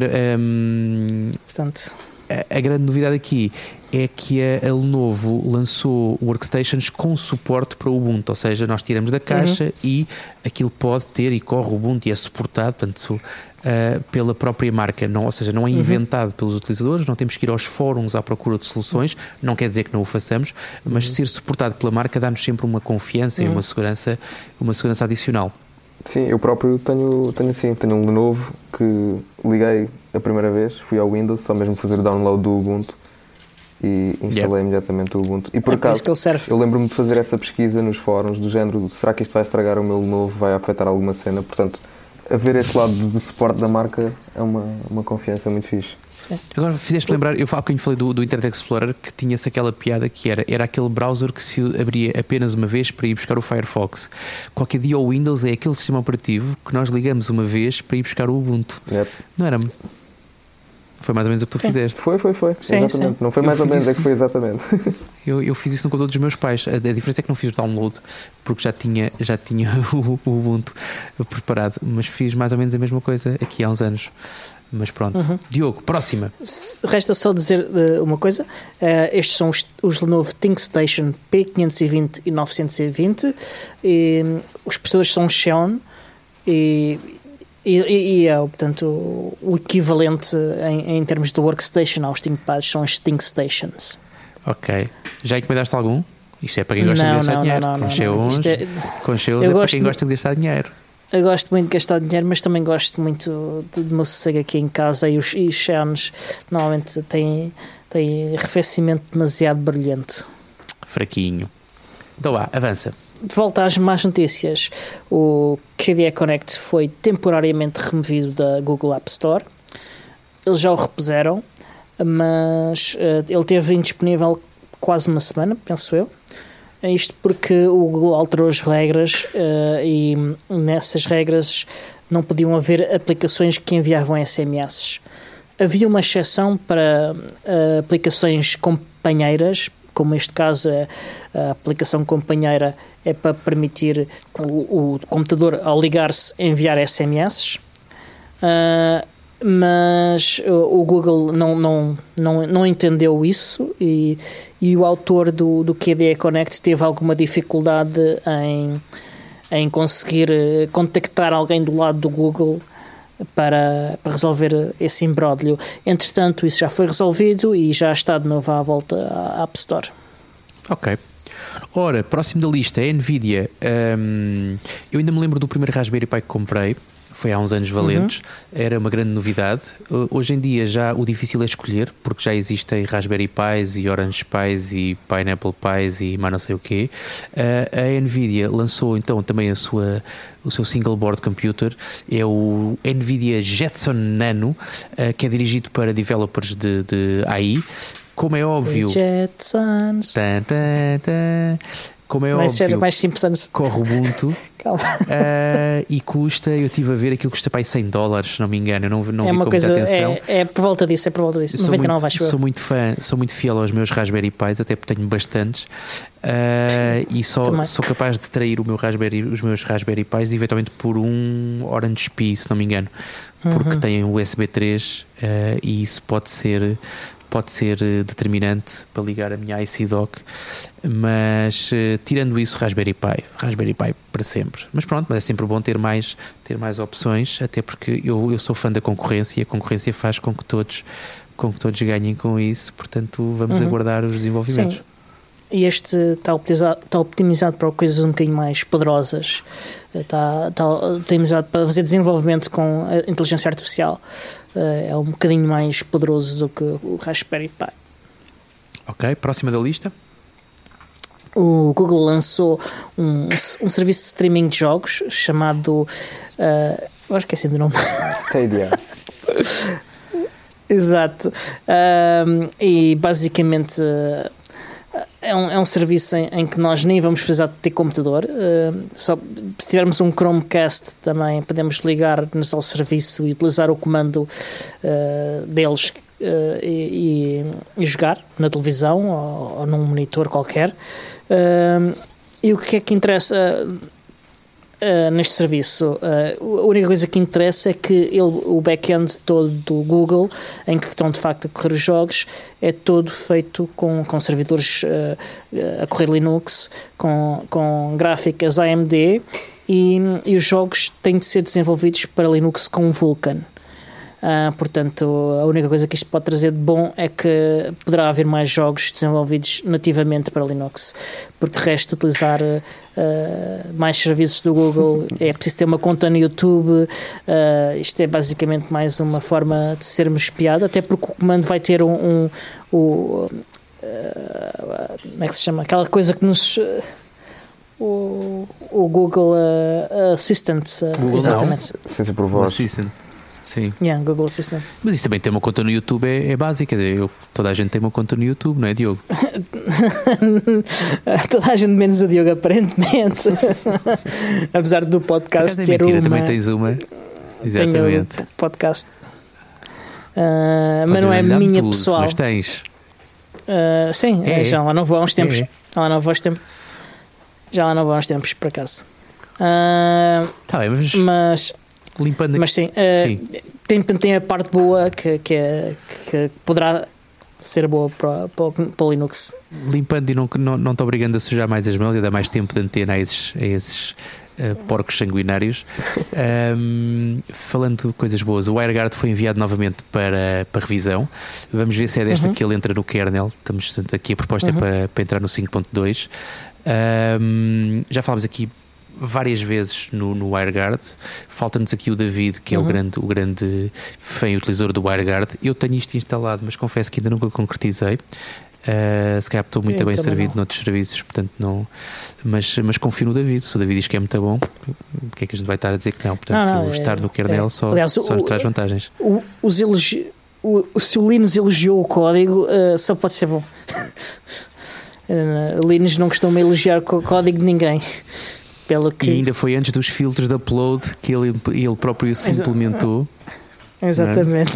Speaker 1: Portanto...
Speaker 2: A grande novidade aqui é que a Lenovo lançou workstations com suporte para o Ubuntu, ou seja, nós tiramos da caixa e aquilo pode ter e corre o Ubuntu e é suportado, portanto, pela própria marca, ou seja, não é inventado pelos utilizadores, não temos que ir aos fóruns à procura de soluções, não quer dizer que não o façamos, mas ser suportado pela marca dá-nos sempre uma confiança e uma segurança adicional.
Speaker 3: Sim, eu próprio tenho um Lenovo que liguei a primeira vez, fui ao Windows, só mesmo fazer o download do Ubuntu e instalei imediatamente o Ubuntu. E por acaso, eu lembro-me de fazer essa pesquisa nos fóruns do género, será que isto vai estragar o meu Lenovo, vai afetar alguma cena? Portanto, haver esse lado de suporte da marca é uma confiança muito fixe.
Speaker 2: Agora fizeste lembrar, eu há bocadinho falei do Internet Explorer, que tinha-se aquela piada que era aquele browser que se abria apenas uma vez para ir buscar o Firefox. Qualquer dia o Windows é aquele sistema operativo que nós ligamos uma vez para ir buscar o Ubuntu. Não era? Foi mais ou menos o que tu fizeste.
Speaker 3: Foi. Sim, exatamente. Sim. Não foi mais ou menos, é que foi exatamente.
Speaker 2: Eu fiz isso no computador dos meus pais. A diferença é que não fiz o download, porque já tinha o Ubuntu preparado, mas fiz mais ou menos a mesma coisa aqui há uns anos. Mas pronto. Diogo, próxima.
Speaker 1: Resta só dizer uma coisa. Estes são os Lenovo ThinkStation P520 e 920. Os processadores são Xeon e é, portanto, o equivalente em termos de workstation aos ThinkPads são os ThinkStations.
Speaker 2: Ok. Já encomendaste algum? Isto é para quem gosta de gastar dinheiro. Com Xeons é para quem gosta de gastar dinheiro.
Speaker 1: Eu gosto muito de gastar dinheiro, mas também gosto muito do meu sossego aqui em casa, e os Xeons normalmente têm arrefecimento demasiado brilhante.
Speaker 2: Fraquinho. Então vá, avança.
Speaker 1: De volta às más notícias, o KDE Connect foi temporariamente removido da Google App Store. Eles já o repuseram, mas ele esteve indisponível quase uma semana, penso eu. Isto porque o Google alterou as regras e nessas regras não podiam haver aplicações que enviavam SMS. Havia uma exceção para aplicações companheiras, como neste caso a aplicação companheira é para permitir o computador, ao ligar-se, enviar SMS. Mas o Google não entendeu isso e o autor do KDE Connect teve alguma dificuldade em conseguir contactar alguém do lado do Google para resolver esse imbróglio. Entretanto, isso já foi resolvido e já está de novo à volta à App Store.
Speaker 2: Ok. Ora, próximo da lista é a NVIDIA. Eu ainda me lembro do primeiro Raspberry Pi que comprei. Foi há uns anos valentes, era uma grande novidade. Hoje em dia já o difícil é escolher, porque já existem Raspberry Pis e Orange Pis e Pineapple Pis e mais não sei o quê. A NVIDIA lançou então também o seu single board computer, é o NVIDIA Jetson Nano, que é dirigido para developers de AI. Como é óbvio, como é
Speaker 1: Vai ser
Speaker 2: óbvio,
Speaker 1: mais simples.
Speaker 2: corre Ubuntu
Speaker 1: Calma.
Speaker 2: e custa, eu estive a ver, aquilo custa para aí $100, se não me engano, eu não vi
Speaker 1: É uma
Speaker 2: com
Speaker 1: coisa,
Speaker 2: muita atenção.
Speaker 1: é por volta disso,
Speaker 2: Eu
Speaker 1: 99, acho eu.
Speaker 2: sou muito fã, sou muito fiel aos meus Raspberry Pis, até porque tenho bastantes, e sou capaz de trair os meus Raspberry Pis eventualmente por um Orange Pi, se não me engano, porque tem USB 3 e isso pode ser determinante para ligar a minha IC Dock, mas tirando isso, Raspberry Pi para sempre. Mas pronto, mas é sempre bom ter mais opções, até porque eu sou fã da concorrência e a concorrência faz com que todos ganhem com isso, portanto vamos aguardar os desenvolvimentos.
Speaker 1: Sim. E este está optimizado para coisas um bocadinho mais poderosas, está optimizado para fazer desenvolvimento com a inteligência artificial, é um bocadinho mais poderoso do que o Raspberry Pi.
Speaker 2: Ok, próxima da lista.
Speaker 1: O Google lançou um serviço de streaming de jogos chamado eu esqueci do nome.
Speaker 3: Stadia.
Speaker 1: Exato. E basicamente é um serviço em que nós nem vamos precisar de ter computador, só se tivermos um Chromecast também podemos ligar-nos ao serviço e utilizar o comando deles e jogar na televisão ou num monitor qualquer. E o que é que interessa neste serviço? A única coisa que interessa é que o back-end todo do Google, em que estão de facto a correr os jogos, é todo feito com servidores a correr Linux, com gráficas AMD, e os jogos têm de ser desenvolvidos para Linux com Vulkan. Portanto, a única coisa que isto pode trazer de bom é que poderá haver mais jogos desenvolvidos nativamente para Linux, porque de resto utilizar mais serviços do Google é preciso ter uma conta no YouTube. Isto é basicamente mais uma forma de sermos espiados, até porque o comando vai ter como é que se chama? Aquela coisa que nos o Google Assistant,
Speaker 2: Google
Speaker 1: exatamente.
Speaker 3: Assistência por voz.
Speaker 2: Assistant. Sim.
Speaker 1: Yeah, Google Assistant.
Speaker 2: Mas isso também ter uma conta no YouTube é básico. Toda a gente tem uma conta no YouTube, não é, Diogo?
Speaker 1: Toda a gente menos o Diogo, aparentemente. Apesar do podcast ter
Speaker 2: mentira,
Speaker 1: uma.
Speaker 2: também tens uma. Exatamente.
Speaker 1: Tenho podcast. Mas não é minha
Speaker 2: tudo,
Speaker 1: pessoal.
Speaker 2: Mas tens.
Speaker 1: Sim, já lá não vou há uns tempos. Já lá não vou há uns tempos, por acaso.
Speaker 2: Tá bem,
Speaker 1: mas
Speaker 2: limpando aqui.
Speaker 1: Mas sim, tem a parte boa que poderá ser boa para o Linux.
Speaker 2: Limpando e não te obrigando a sujar mais as mãos e dar mais tempo de antena a esses porcos sanguinários. Falando de coisas boas, o WireGuard foi enviado novamente para revisão. Vamos ver se é desta que ele entra no kernel. Portanto, aqui a proposta é para entrar no 5.2. Já falámos aqui várias vezes no WireGuard. Falta-nos aqui o David, que é o grande fã e utilizador do WireGuard. Eu tenho isto instalado, mas confesso que ainda nunca concretizei. Se calhar estou muito bem servido noutros serviços, portanto não. Mas confio no David. Se o David diz que é muito bom, o que é que a gente vai estar a dizer que não? Portanto, estar no kernel só nos traz vantagens.
Speaker 1: Se o Linus elogiou o código, só pode ser bom. Linus não costuma elogiar o código de ninguém. Pelo que...
Speaker 2: E ainda foi antes dos filtros de upload que ele próprio se implementou.
Speaker 1: Exatamente.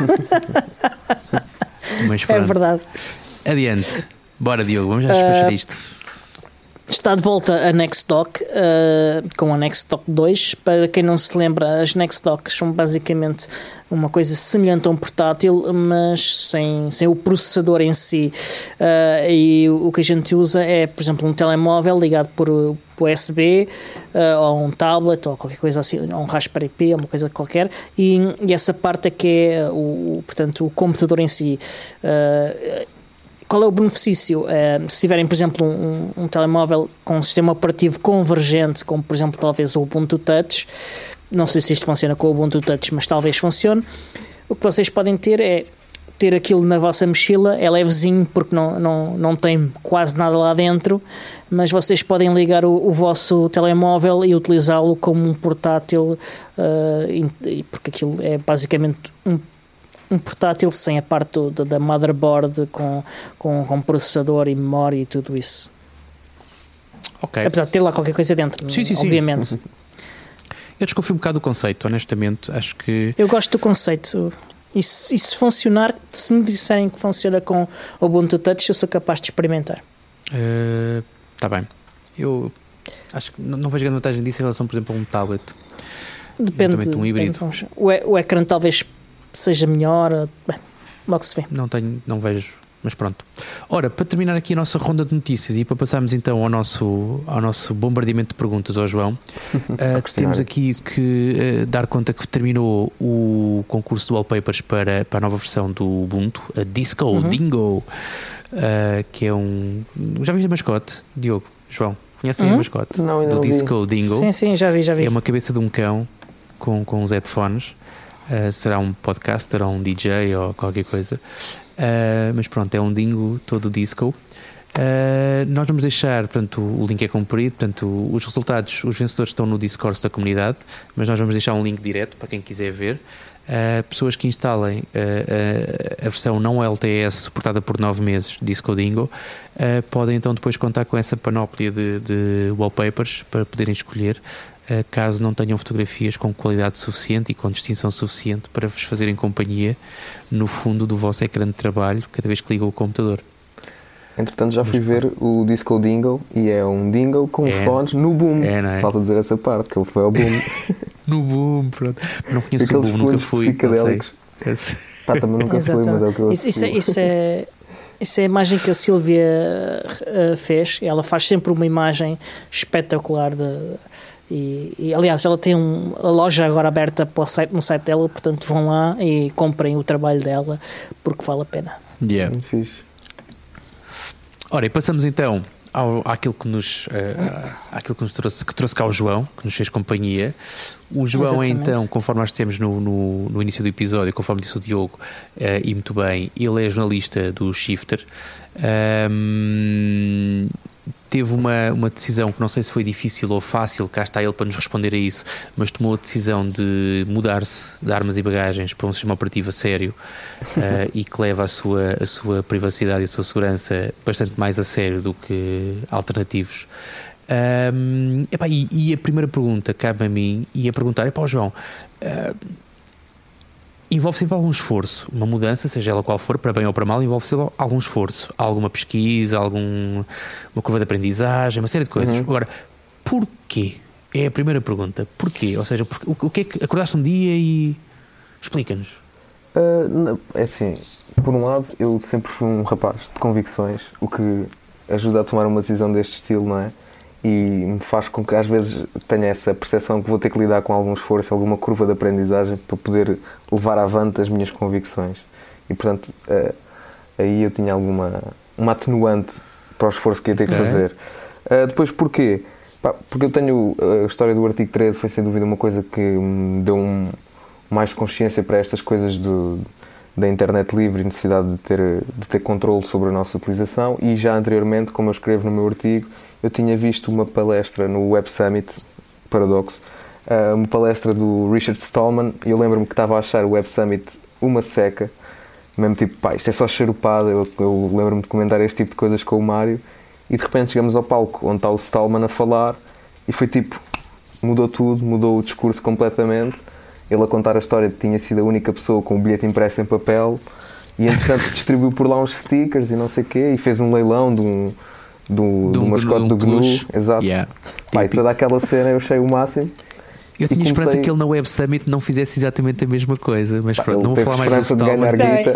Speaker 2: Mas pronto.
Speaker 1: É verdade.
Speaker 2: Adiante. Bora, Diogo, vamos já despachar isto.
Speaker 1: Está de volta a Nextdock, com a Nextdock 2. Para quem não se lembra, as Nextdocks são basicamente uma coisa semelhante a um portátil, mas sem o processador em si. E o que a gente usa é, por exemplo, um telemóvel ligado por USB, ou um tablet, ou qualquer coisa assim, ou um Raspberry Pi, uma coisa qualquer, e essa parte é que é portanto, o computador em si. Qual é o benefício? Se tiverem, por exemplo, um telemóvel com um sistema operativo convergente, como por exemplo talvez o Ubuntu Touch, não sei se isto funciona com o Ubuntu Touch, mas talvez funcione, o que vocês podem ter é ter aquilo na vossa mochila, é levezinho porque não tem quase nada lá dentro, mas vocês podem ligar o vosso telemóvel e utilizá-lo como um portátil, porque aquilo é basicamente um portátil sem a parte da motherboard com processador e memória e tudo isso.
Speaker 2: Ok.
Speaker 1: Apesar de ter lá qualquer coisa dentro,
Speaker 2: Sim.
Speaker 1: obviamente.
Speaker 2: Eu desconfio um bocado do conceito, honestamente. Acho que...
Speaker 1: Eu gosto do conceito. E se funcionar, se me disserem que funciona com o Ubuntu Touch, eu sou capaz de experimentar.
Speaker 2: Está bem. Eu acho que não vejo grande vantagem disso em relação, por exemplo, a um tablet.
Speaker 1: Depende
Speaker 2: de um híbrido.
Speaker 1: O ecrã talvez seja melhor. Bem, logo se vê.
Speaker 2: Não vejo, mas pronto. Ora, para terminar aqui a nossa ronda de notícias e para passarmos então ao nosso bombardeamento de perguntas ao João, temos aqui que dar conta que terminou o concurso de wallpapers para a nova versão do Ubuntu, a Disco Dingo, que é um... Já viste a mascote, Diogo? João? Conhecem a mascote?
Speaker 3: Não, ainda
Speaker 2: do
Speaker 3: não
Speaker 2: Disco
Speaker 3: vi.
Speaker 2: Dingo?
Speaker 1: Sim, já vi.
Speaker 2: É uma cabeça de um cão com uns headphones. Será um podcaster ou um DJ ou qualquer coisa. Mas pronto, é um dingo todo disco. Nós vamos deixar, portanto, o link é comprido, portanto, os resultados, os vencedores estão no Discord da comunidade, mas nós vamos deixar um link direto para quem quiser ver. Pessoas que instalem a versão não LTS suportada por 9 meses, Disco Dingo, podem então depois contar com essa panóplia de wallpapers para poderem escolher, caso não tenham fotografias com qualidade suficiente e com distinção suficiente para vos fazerem companhia no fundo do vosso ecrã de trabalho cada vez que ligam o computador.
Speaker 3: Entretanto, já fui ver o Disco Dingo e é um dingo com os fones no boom.
Speaker 2: Não é?
Speaker 3: Falta dizer essa parte, que ele foi ao boom.
Speaker 2: No boom, pronto. Não conheço o boom, nunca fui.
Speaker 3: Também nunca fui, mas é o que eu assisti.
Speaker 1: Isso é a imagem que a Sílvia fez. Ela faz sempre uma imagem espetacular e aliás, ela tem a loja agora aberta para no site dela, portanto vão lá e comprem o trabalho dela porque vale a pena.
Speaker 2: Yeah.
Speaker 3: Muito fixe.
Speaker 2: Ora, e passamos então àquilo que nos trouxe cá o João, que nos fez companhia. O João, então, conforme nós dissemos no início do episódio, conforme disse o Diogo, e muito bem, ele é jornalista do Shifter. Teve uma decisão que não sei se foi difícil ou fácil, cá está ele para nos responder a isso, mas tomou a decisão de mudar-se de armas e bagagens para um sistema operativo a sério e que leva a sua privacidade e a sua segurança bastante mais a sério do que alternativos. E a primeira pergunta cabe a mim e a perguntar, João, envolve sempre algum esforço, uma mudança, seja ela qual for, para bem ou para mal, envolve sempre algum esforço, alguma pesquisa, uma curva de aprendizagem, uma série de coisas. Agora, porquê? É a primeira pergunta. Porquê? Ou seja, o que é que acordaste um dia e explica-nos?
Speaker 3: É assim, por um lado, eu sempre fui um rapaz de convicções, o que ajuda a tomar uma decisão deste estilo, não é? E me faz com que às vezes tenha essa percepção que vou ter que lidar com algum esforço, alguma curva de aprendizagem para poder levar avante as minhas convicções. E portanto, aí eu tinha uma atenuante para o esforço que ia ter que fazer. Depois, porquê? Porque eu tenho a história do artigo 13, foi sem dúvida uma coisa que me deu mais consciência para estas coisas da internet livre e necessidade de ter controle sobre a nossa utilização. E já anteriormente, como eu escrevo no meu artigo, eu tinha visto uma palestra no Web Summit, Paradoxo, uma palestra do Richard Stallman, e eu lembro-me que estava a achar o Web Summit uma seca, mesmo tipo, isto é só charupada. Eu lembro-me de comentar este tipo de coisas com o Mário, e de repente chegamos ao palco onde está o Stallman a falar, e foi tipo, mudou tudo, mudou o discurso completamente. Ele a contar a história de que tinha sido a única pessoa com o bilhete impresso em papel, e entretanto distribuiu por lá uns stickers e não sei o quê, e fez um leilão do mascote do GNU. Exato.
Speaker 2: Yeah.
Speaker 3: E toda aquela cena eu achei o máximo.
Speaker 2: Eu tinha esperança que ele na Web Summit não fizesse exatamente a mesma coisa, mas pronto, não vou falar mais do Stallman.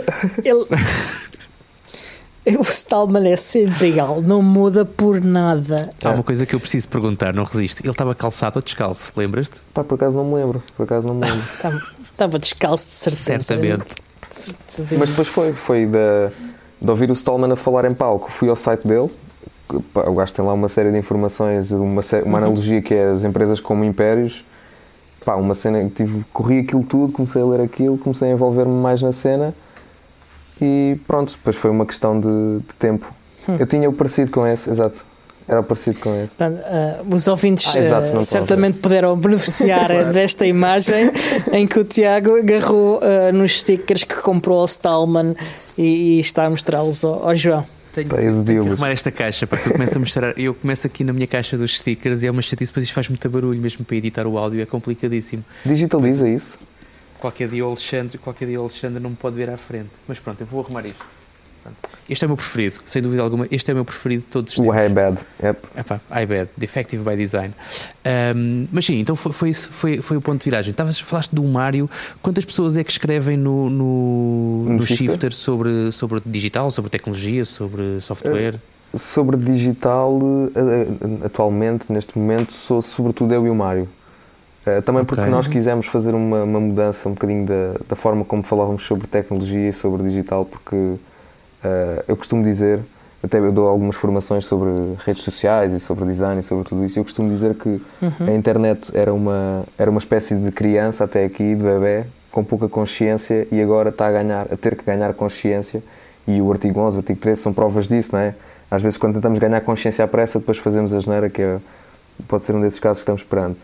Speaker 1: O Stallman é sempre igual, não muda por nada.
Speaker 2: Há uma coisa que eu preciso perguntar, não resisto. Ele estava calçado ou descalço, lembras-te?
Speaker 3: Por acaso não me lembro.
Speaker 1: Estava descalço, de certeza.
Speaker 2: Certamente.
Speaker 3: Mas depois foi de ouvir o Stallman a falar em palco. Fui ao site dele. O gajo tem lá uma série de informações, uma analogia que é as empresas como impérios. Uma cena que corri aquilo tudo, comecei a ler aquilo, comecei a envolver-me mais na cena. E pronto, depois foi uma questão de tempo. Eu tinha o parecido com esse, exato. Era o parecido com esse.
Speaker 1: Os ouvintes certamente puderam beneficiar desta imagem em que o Tiago agarrou nos stickers que comprou ao Stallman e está a mostrá-los ao João.
Speaker 2: Tenho
Speaker 3: Para
Speaker 2: que
Speaker 3: exibi-los.
Speaker 2: arrumar esta caixa, porque eu começo a mostrar. Eu começo aqui na minha caixa dos stickers e é uma chatice, depois isto faz muito barulho, mesmo para editar o áudio, é complicadíssimo.
Speaker 3: Digitaliza isso.
Speaker 2: Qualquer dia o Alexandre não me pode ver à frente. Mas pronto, eu vou arrumar isto. Este é o meu preferido, sem dúvida alguma. Este é o meu preferido de todos os tempos.
Speaker 3: O iBad. Yep.
Speaker 2: Epá, iBad, Defective by Design. Mas sim, então foi isso, foi o ponto de viragem. Falaste do Mário. Quantas pessoas é que escrevem no Shifter sobre digital, sobre tecnologia, sobre software?
Speaker 3: Sobre digital, atualmente, neste momento, sou sobretudo eu e o Mário. Também porque nós quisemos fazer uma mudança um bocadinho da forma como falávamos sobre tecnologia e sobre digital, porque eu costumo dizer, até eu dou algumas formações sobre redes sociais e sobre design e sobre tudo isso, eu costumo dizer que a internet era uma espécie de criança até aqui, de bebé, com pouca consciência, e agora está a ter que ganhar consciência, e o artigo 11, o artigo 13 são provas disso, não é? Às vezes quando tentamos ganhar consciência à pressa, depois fazemos a geneira, pode ser um desses casos que estamos perante.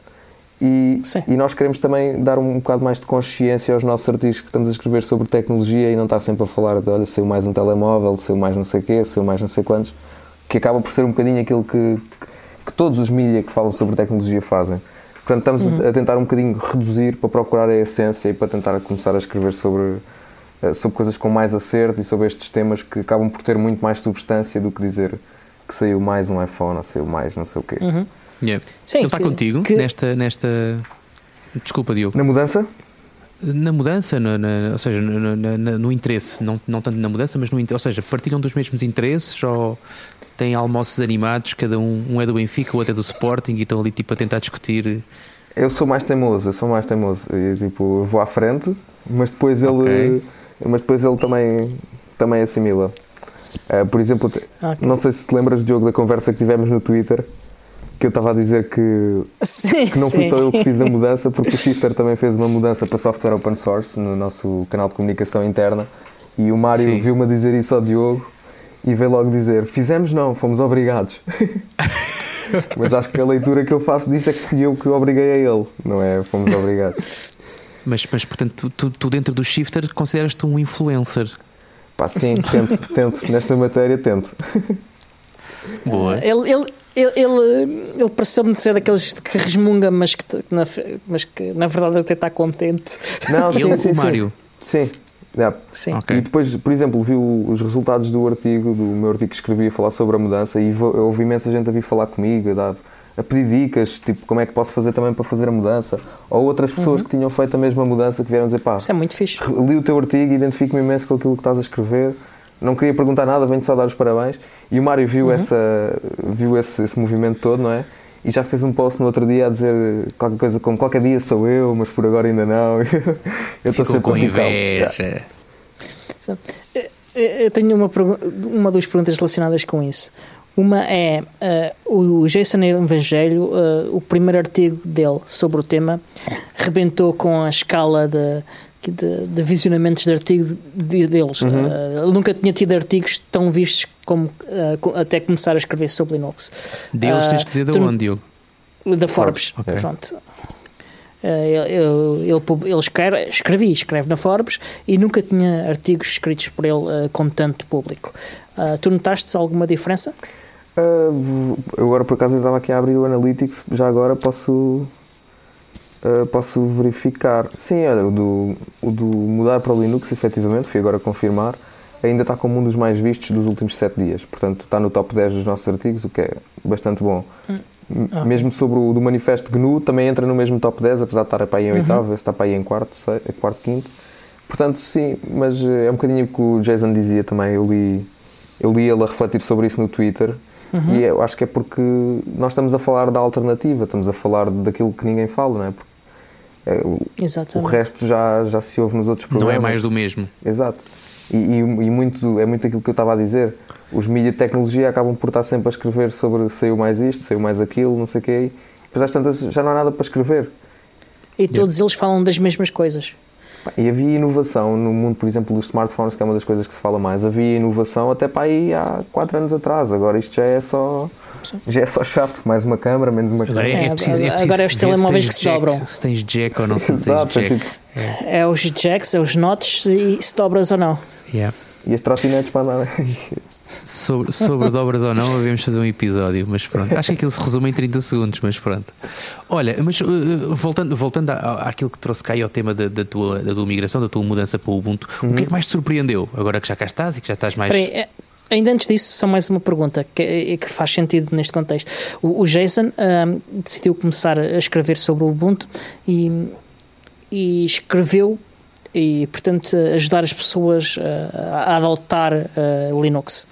Speaker 3: E nós queremos também dar um bocado mais de consciência aos nossos artigos que estamos a escrever sobre tecnologia e não estar sempre a falar de, olha, saiu mais um telemóvel, saiu mais não sei o quê, saiu mais não sei quantos, que acaba por ser um bocadinho aquilo que todos os mídia que falam sobre tecnologia fazem. Portanto, estamos a tentar um bocadinho reduzir para procurar a essência e para tentar começar a escrever sobre coisas com mais acerto e sobre estes temas que acabam por ter muito mais substância do que dizer que saiu mais um iPhone ou saiu mais não sei o quê.
Speaker 2: Yeah.
Speaker 1: Sim,
Speaker 2: ele está contigo nesta. Desculpa, Diogo.
Speaker 3: Na mudança?
Speaker 2: Na mudança, ou seja, no interesse, não tanto na mudança, mas no interesse. Ou seja, partilham dos mesmos interesses ou têm almoços animados, cada um é do Benfica, o outro é do Sporting e estão ali tipo a tentar discutir.
Speaker 3: Eu sou mais teimoso. Eu, tipo, vou à frente, mas depois ele também assimila. Por exemplo, não sei se te lembras, Diogo, da conversa que tivemos no Twitter, que eu estava a dizer que não fui só eu que fiz a mudança, porque o Shifter também fez uma mudança para software open source no nosso canal de comunicação interna, e o Mário viu-me a dizer isso ao Diogo e veio logo dizer, fizemos não, fomos obrigados. Mas acho que a leitura que eu faço disto é que fui eu que o obriguei a ele, não é? Fomos obrigados.
Speaker 2: Mas portanto, tu dentro do Shifter consideras-te um influencer?
Speaker 3: Pá, sim, tento. Nesta matéria, tento.
Speaker 2: Boa.
Speaker 1: Ele pareceu-me ser daqueles que resmunga, mas que na verdade até está contente.
Speaker 3: Não,
Speaker 2: sim, Mário.
Speaker 3: Sim. Yeah.
Speaker 1: Sim.
Speaker 2: Okay.
Speaker 3: E depois, por exemplo, vi os resultados do meu artigo que escrevi a falar sobre a mudança, e eu ouvi imensa gente a vir falar comigo, a pedir dicas, tipo, como é que posso fazer também para fazer a mudança, ou outras pessoas que tinham feito a mesma mudança que vieram dizer, pá,
Speaker 1: isso é muito fixe.
Speaker 3: Li o teu artigo e identifico-me imenso com aquilo que estás a escrever, não queria perguntar nada, venho só dar os parabéns. E o Mário viu esse movimento todo, não é? E já fez um post no outro dia a dizer qualquer coisa como qualquer dia sou eu, mas por agora ainda não. Eu estou sempre
Speaker 2: com inveja.
Speaker 1: Eu tenho uma ou duas perguntas relacionadas com isso. Uma é o Jason Evangelho, o primeiro artigo dele sobre o tema rebentou com a escala de visionamentos de artigo deles. Ele nunca tinha tido artigos tão vistos como até começar a escrever sobre Linux.
Speaker 2: Deles tens que dizer de onde, Diogo?
Speaker 1: Da Forbes.
Speaker 2: Okay.
Speaker 1: Pronto. Ele escreve na Forbes e nunca tinha artigos escritos por ele com tanto público. Tu notaste alguma diferença?
Speaker 3: Eu agora por acaso estava aqui a abrir o Analytics, já agora posso verificar. Sim, olha, o do mudar para o Linux, efetivamente, fui agora confirmar, ainda está como um dos mais vistos dos últimos 7 dias. Portanto, está no top 10 dos nossos artigos, o que é bastante bom. Mesmo sobre o do Manifesto GNU, também entra no mesmo top 10, apesar de estar para aí em oitavo, está para aí em quarto, quinto. Portanto, sim, mas é um bocadinho o que o Jason dizia também. Eu li ele a refletir sobre isso no Twitter. E eu acho que é porque nós estamos a falar da alternativa, estamos a falar daquilo que ninguém fala, não é? Porque o resto já se ouve nos outros programas.
Speaker 2: Não é mais do mesmo.
Speaker 3: Exato. E é muito aquilo que eu estava a dizer. Os mídias de tecnologia acabam por estar sempre a escrever sobre saiu mais isto, saiu mais aquilo, não sei o quê. Mas às tantas já não há nada para escrever.
Speaker 1: E todos eles falam das mesmas coisas.
Speaker 3: E havia inovação no mundo, por exemplo, dos smartphones, que é uma das coisas que se fala mais. Havia inovação até para aí há 4 anos atrás. Agora isto já é só chato. Mais uma câmara, menos uma câmara.
Speaker 1: Agora é os telemóveis que se dobram.
Speaker 2: Se tens jack ou não se tens jack.
Speaker 1: É os jacks, é os notes e se dobras ou não.
Speaker 2: Yeah.
Speaker 3: E as trotinetes para andar.
Speaker 2: Sobre dobras ou não, devemos fazer um episódio, mas pronto. Acho que aquilo se resume em 30 segundos, mas pronto. Olha, mas voltando àquilo que trouxe cá e ao tema da tua migração, da tua mudança para o Ubuntu, o que é que mais te surpreendeu agora que já cá estás e que já estás mais.
Speaker 1: Peraí, ainda antes disso, só mais uma pergunta que faz sentido neste contexto. O Jason decidiu começar a escrever sobre o Ubuntu e escreveu e, portanto, ajudar as pessoas a adotar Linux.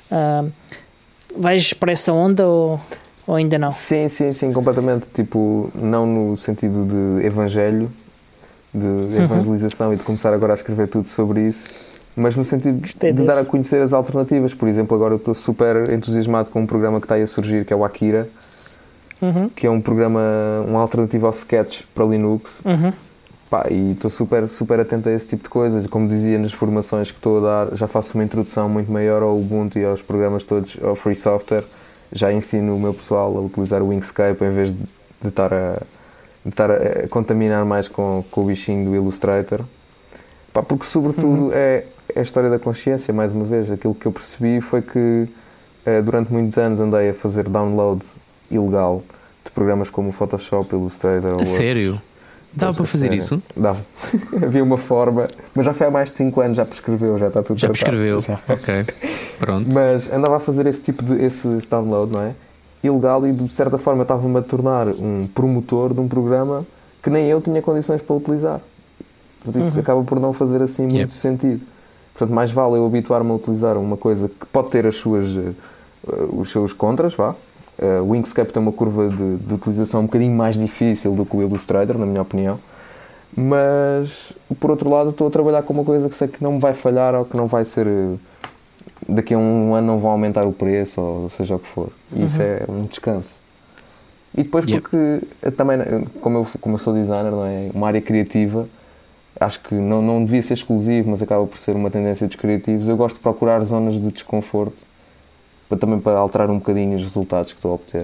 Speaker 1: Vais para essa onda ou ainda não?
Speaker 3: Sim, completamente. Tipo, não no sentido de evangelho, de evangelização e de começar agora a escrever tudo sobre isso, mas no sentido de dar a conhecer as alternativas. Por exemplo, agora eu estou super entusiasmado com um programa que está aí a surgir, que é o Akira, que é um programa, uma alternativa ao Sketch para Linux. E estou super atento a esse tipo de coisas. Como dizia nas formações que estou a dar, já faço uma introdução muito maior ao Ubuntu e aos programas todos, ao Free Software. Já ensino o meu pessoal a utilizar o Inkscape em vez de estar a contaminar mais com o bichinho do Illustrator. Porque sobretudo é a história da consciência, mais uma vez. Aquilo que eu percebi foi que durante muitos anos andei a fazer download ilegal de programas como o Photoshop, Illustrator...
Speaker 2: Sério? Dava para fazer isso?
Speaker 3: Dava. Havia uma forma, mas já foi há mais de 5 anos, já prescreveu, já está tudo
Speaker 2: tratado. Já prescreveu, ok. Pronto.
Speaker 3: Mas andava a fazer esse tipo de esse download, não é? Ilegal, e de certa forma estava-me a tornar um promotor de um programa que nem eu tinha condições para utilizar. Portanto, isso acaba por não fazer assim muito sentido. Portanto, mais vale eu habituar-me a utilizar uma coisa que pode ter os seus contras, vá. O Inkscape tem uma curva de utilização um bocadinho mais difícil do que o Illustrator, na minha opinião, mas por outro lado estou a trabalhar com uma coisa que sei que não me vai falhar, ou que não vai ser, daqui a um ano não vão aumentar o preço, ou seja o que for, e isso é um descanso. E depois porque também, como eu sou designer, não é? Uma área criativa, acho que não devia ser exclusivo, mas acaba por ser uma tendência dos criativos. Eu gosto de procurar zonas de desconforto também para alterar um bocadinho os resultados que estou a obter.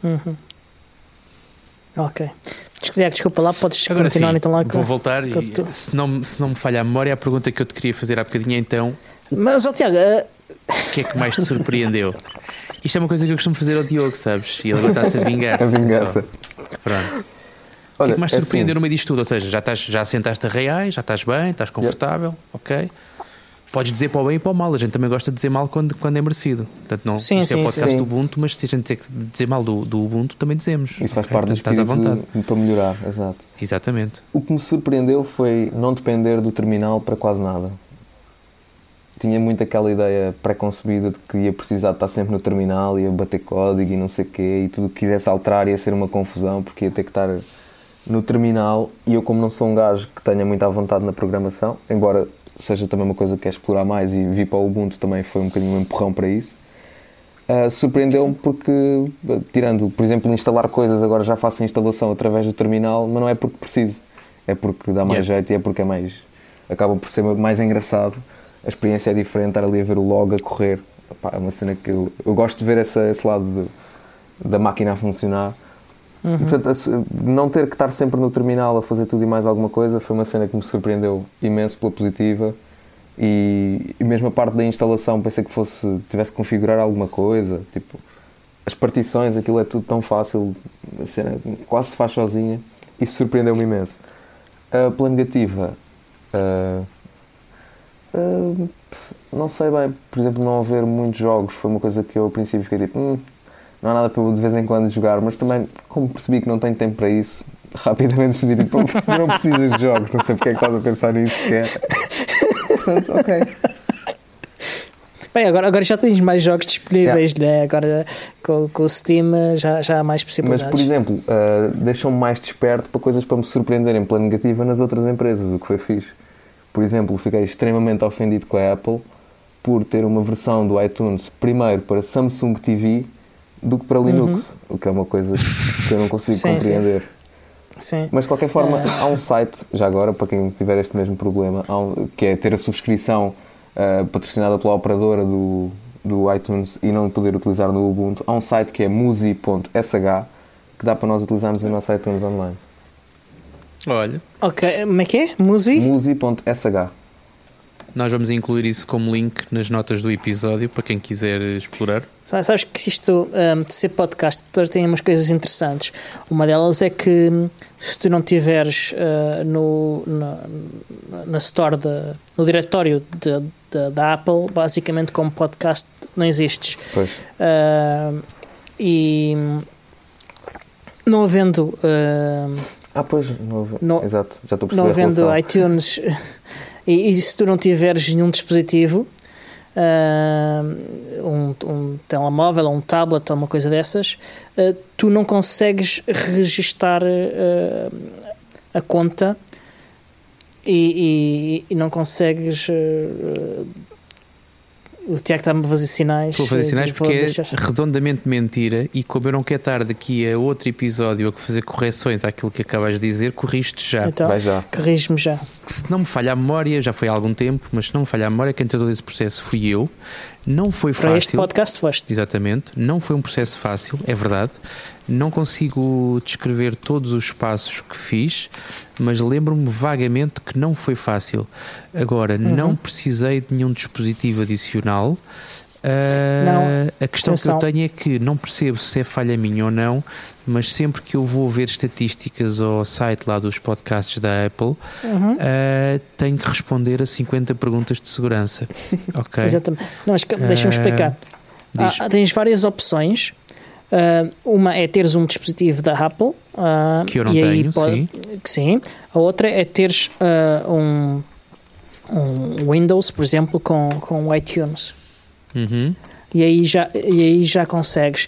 Speaker 1: Ok. Desculpa lá, podes
Speaker 2: agora
Speaker 1: continuar
Speaker 2: sim,
Speaker 1: então lá.
Speaker 2: Vou voltar e se não me falha a memória, a pergunta que eu te queria fazer há bocadinho é então...
Speaker 1: Mas, Tiago...
Speaker 2: O que é que mais te surpreendeu? Isto é uma coisa que eu costumo fazer ao Diogo, sabes? E ele agora está-se a vingar.
Speaker 3: A vingança.
Speaker 2: Pronto. O que é que mais te surpreendeu no meio disto tudo? Ou seja, já assentaste a reais, já estás bem, estás confortável, ok? Podes dizer para o bem e para o mal. A gente também gosta de dizer mal quando é merecido. Portanto, não, isto é podcast do Ubuntu, mas se a gente dizer mal do Ubuntu, também dizemos.
Speaker 3: Isso faz parte do espírito para melhorar, exato.
Speaker 2: Exatamente.
Speaker 3: O que me surpreendeu foi não depender do terminal para quase nada. Tinha muito aquela ideia pré-concebida de que ia precisar de estar sempre no terminal, ia bater código e não sei o quê, e tudo o que quisesse alterar ia ser uma confusão, porque ia ter que estar no terminal, e eu, como não sou um gajo que tenha muita vontade na programação, embora seja também uma coisa que quer explorar mais, e vir para o Ubuntu também foi um bocadinho um empurrão para isso, surpreendeu-me porque, tirando, por exemplo, instalar coisas, agora já faço a instalação através do terminal, mas não é porque preciso, é porque dá mais jeito e é porque acaba por ser mais engraçado, a experiência é diferente, estar ali a ver o log a correr. É uma cena que eu gosto de ver esse lado da máquina a funcionar. E, portanto, não ter que estar sempre no terminal a fazer tudo e mais alguma coisa foi uma cena que me surpreendeu imenso pela positiva, e mesmo a parte da instalação pensei que tivesse que configurar alguma coisa, tipo as partições, aquilo é tudo tão fácil, a cena quase se faz sozinha, isso surpreendeu-me imenso. Pela negativa, não sei bem, por exemplo, não haver muitos jogos foi uma coisa que eu ao princípio fiquei tipo não há nada para eu de vez em quando jogar, mas também, como percebi que não tenho tempo para isso, rapidamente percebi, tipo, não precisas de jogos, não sei porque é que estás a pensar nisso sequer. Portanto, ok.
Speaker 1: Bem, agora já tens mais jogos disponíveis, né? Agora com o Steam já há mais possibilidades.
Speaker 3: Mas, por exemplo, deixam-me mais desperto para coisas para me surpreenderem pela negativa nas outras empresas, o que foi fixe. Por exemplo, fiquei extremamente ofendido com a Apple por ter uma versão do iTunes primeiro para Samsung TV do que para Linux, o que é uma coisa que eu não consigo compreender.
Speaker 1: Sim.
Speaker 3: Mas de qualquer forma, há um site, já agora, para quem tiver este mesmo problema, que é ter a subscrição patrocinada pela operadora do iTunes e não poder utilizar no Ubuntu. Há um site que é musi.sh que dá para nós utilizarmos o nosso iTunes online.
Speaker 2: Olha.
Speaker 1: Ok, como é que é? Musi?
Speaker 3: Musi.sh.
Speaker 2: Nós vamos incluir isso como link nas notas do episódio para quem quiser explorar.
Speaker 1: Sabes que isto de ser podcaster tem umas coisas interessantes. Uma delas é que se tu não tiveres na store, no diretório da Apple, basicamente como podcast não existes.
Speaker 3: Pois.
Speaker 1: E não havendo
Speaker 3: Pois, exato, já estou a perceber.
Speaker 1: não havendo iTunes e se tu não tiveres nenhum dispositivo, um telemóvel ou um tablet ou uma coisa dessas, tu não consegues registar a conta e não consegues. O Tiago está-me a fazer sinais.
Speaker 2: Estou a fazer sinais porque é redondamente mentira, e como eu não quero estar daqui a outro episódio a fazer correções àquilo que acabas de dizer, corriste já.
Speaker 1: Então,
Speaker 3: vai já.
Speaker 1: corrige-me já.
Speaker 2: Se não me falha a memória, já foi há algum tempo, mas se não me falha a memória, quem entrou nesse processo fui eu. Não foi fácil.
Speaker 1: Para este podcast foste.
Speaker 2: Exatamente. Não foi um processo fácil, é verdade. Não consigo descrever todos os passos que fiz, mas lembro-me vagamente que não foi fácil. Agora, não precisei de nenhum dispositivo adicional. A questão que eu tenho é que não percebo se é falha minha ou não, mas sempre que eu vou ver estatísticas ao site lá dos podcasts da Apple, tenho que responder a 50 perguntas de segurança. Ok?
Speaker 1: Exatamente. Não, mas deixa-me explicar. Tens várias opções. Uma é teres um dispositivo da Apple,
Speaker 2: que eu não tenho, sim.
Speaker 1: Sim. A outra é teres um Windows, por exemplo, com o iTunes. E aí já consegues,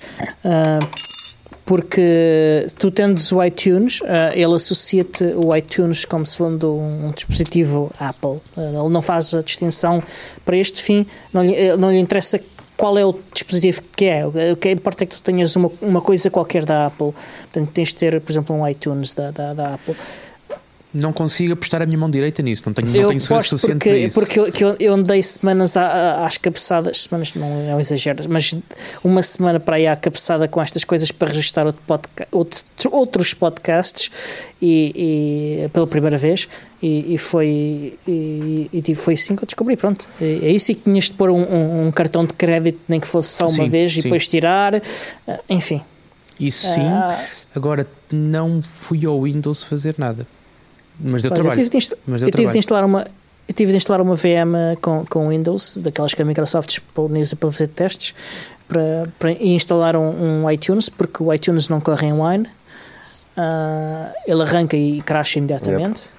Speaker 1: porque tu tendes o iTunes, ele associa-te o iTunes como se fosse um dispositivo Apple. Ele não faz a distinção para este fim, não lhe interessa qual é o dispositivo que é. O que importa é que tu tenhas uma coisa qualquer da Apple. Portanto, tens de ter, por exemplo, um iTunes da Apple.
Speaker 2: Não consigo apostar a minha mão direita nisso, não tenho segurança suficiente para isso.
Speaker 1: Porque eu andei semanas às cabeçadas, semanas não é um exagero, mas uma semana para aí à cabeçada com estas coisas para registrar outros podcasts e pela primeira vez, e foi assim que eu descobri, pronto, é isso, e que tinhas de pôr um cartão de crédito, nem que fosse só uma vez, e depois tirar, enfim.
Speaker 2: Isso sim, agora não fui ao Windows fazer nada. Mas deu trabalho. Eu tive de instalar uma VM com Windows, daquelas que a Microsoft disponibiliza para fazer testes, e instalar um iTunes, porque o iTunes não corre inline. Ele arranca e crasha imediatamente.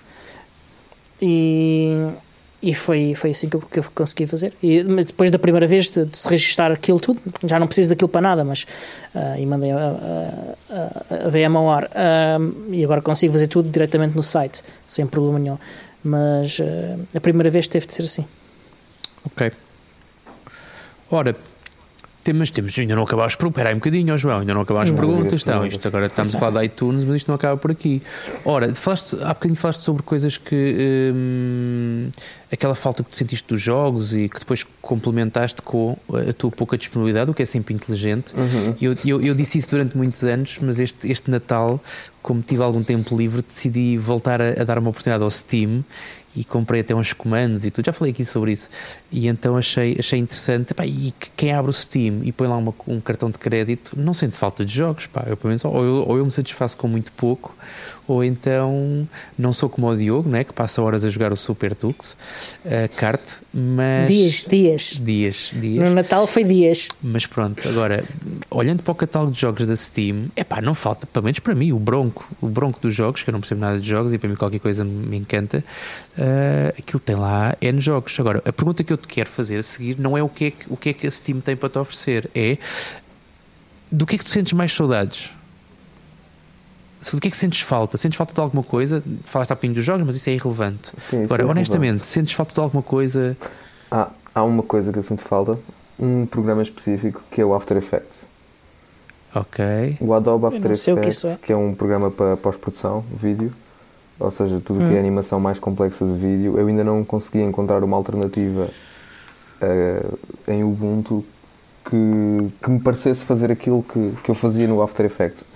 Speaker 2: E foi assim que eu consegui fazer. Mas depois da primeira vez de se registrar aquilo tudo, já não preciso daquilo para nada, mas e mandei a VM ao ar, e agora consigo fazer tudo diretamente no site, sem problema nenhum. Mas a primeira vez teve de ser assim. Ok. Ora, temos ainda não acabámos por... Espera aí um bocadinho, João, ainda não acabámos perguntas. Isto agora estamos a falar de iTunes, mas isto não acaba por aqui. Ora, há bocadinho falaste sobre coisas que... aquela falta que tu sentiste dos jogos e que depois complementaste com a tua pouca disponibilidade, o que é sempre inteligente. Eu disse isso durante muitos anos, mas este Natal, como tive algum tempo livre, decidi voltar a dar uma oportunidade ao Steam e comprei até uns comandos e tudo, já falei aqui sobre isso, e então achei interessante, e quem abre o Steam e põe lá um cartão de crédito não sente falta de jogos, eu pelo menos, ou eu me satisfaço com muito pouco, ou então não sou como o Diogo, né, que passa horas a jogar o Super Tux kart, mas... Dias.
Speaker 1: No Natal foi dias.
Speaker 2: Mas pronto, agora, olhando para o catálogo de jogos da Steam, não falta, pelo menos para mim, o bronco dos jogos, que eu não percebo nada de jogos e para mim qualquer coisa me encanta. Aquilo tem lá N jogos. Agora, a pergunta que eu te quero fazer a seguir não é o que é que a Steam tem para te oferecer, é do que é que tu sentes mais saudades? Do que é que sentes falta? Sentes falta de alguma coisa? Falaste há bocadinho dos jogos, mas isso é irrelevante.
Speaker 3: Sim,
Speaker 2: agora, honestamente,
Speaker 3: relevante.
Speaker 2: sentes falta de alguma coisa?
Speaker 3: Há uma coisa que eu sinto falta, um programa específico, que é o After Effects.
Speaker 2: Ok.
Speaker 3: O Adobe After Effects,
Speaker 1: que
Speaker 3: é um programa para pós-produção, vídeo, ou seja, tudo o que é animação mais complexa de vídeo. Eu ainda não consegui encontrar uma alternativa em Ubuntu que me parecesse fazer aquilo que eu fazia no After Effects.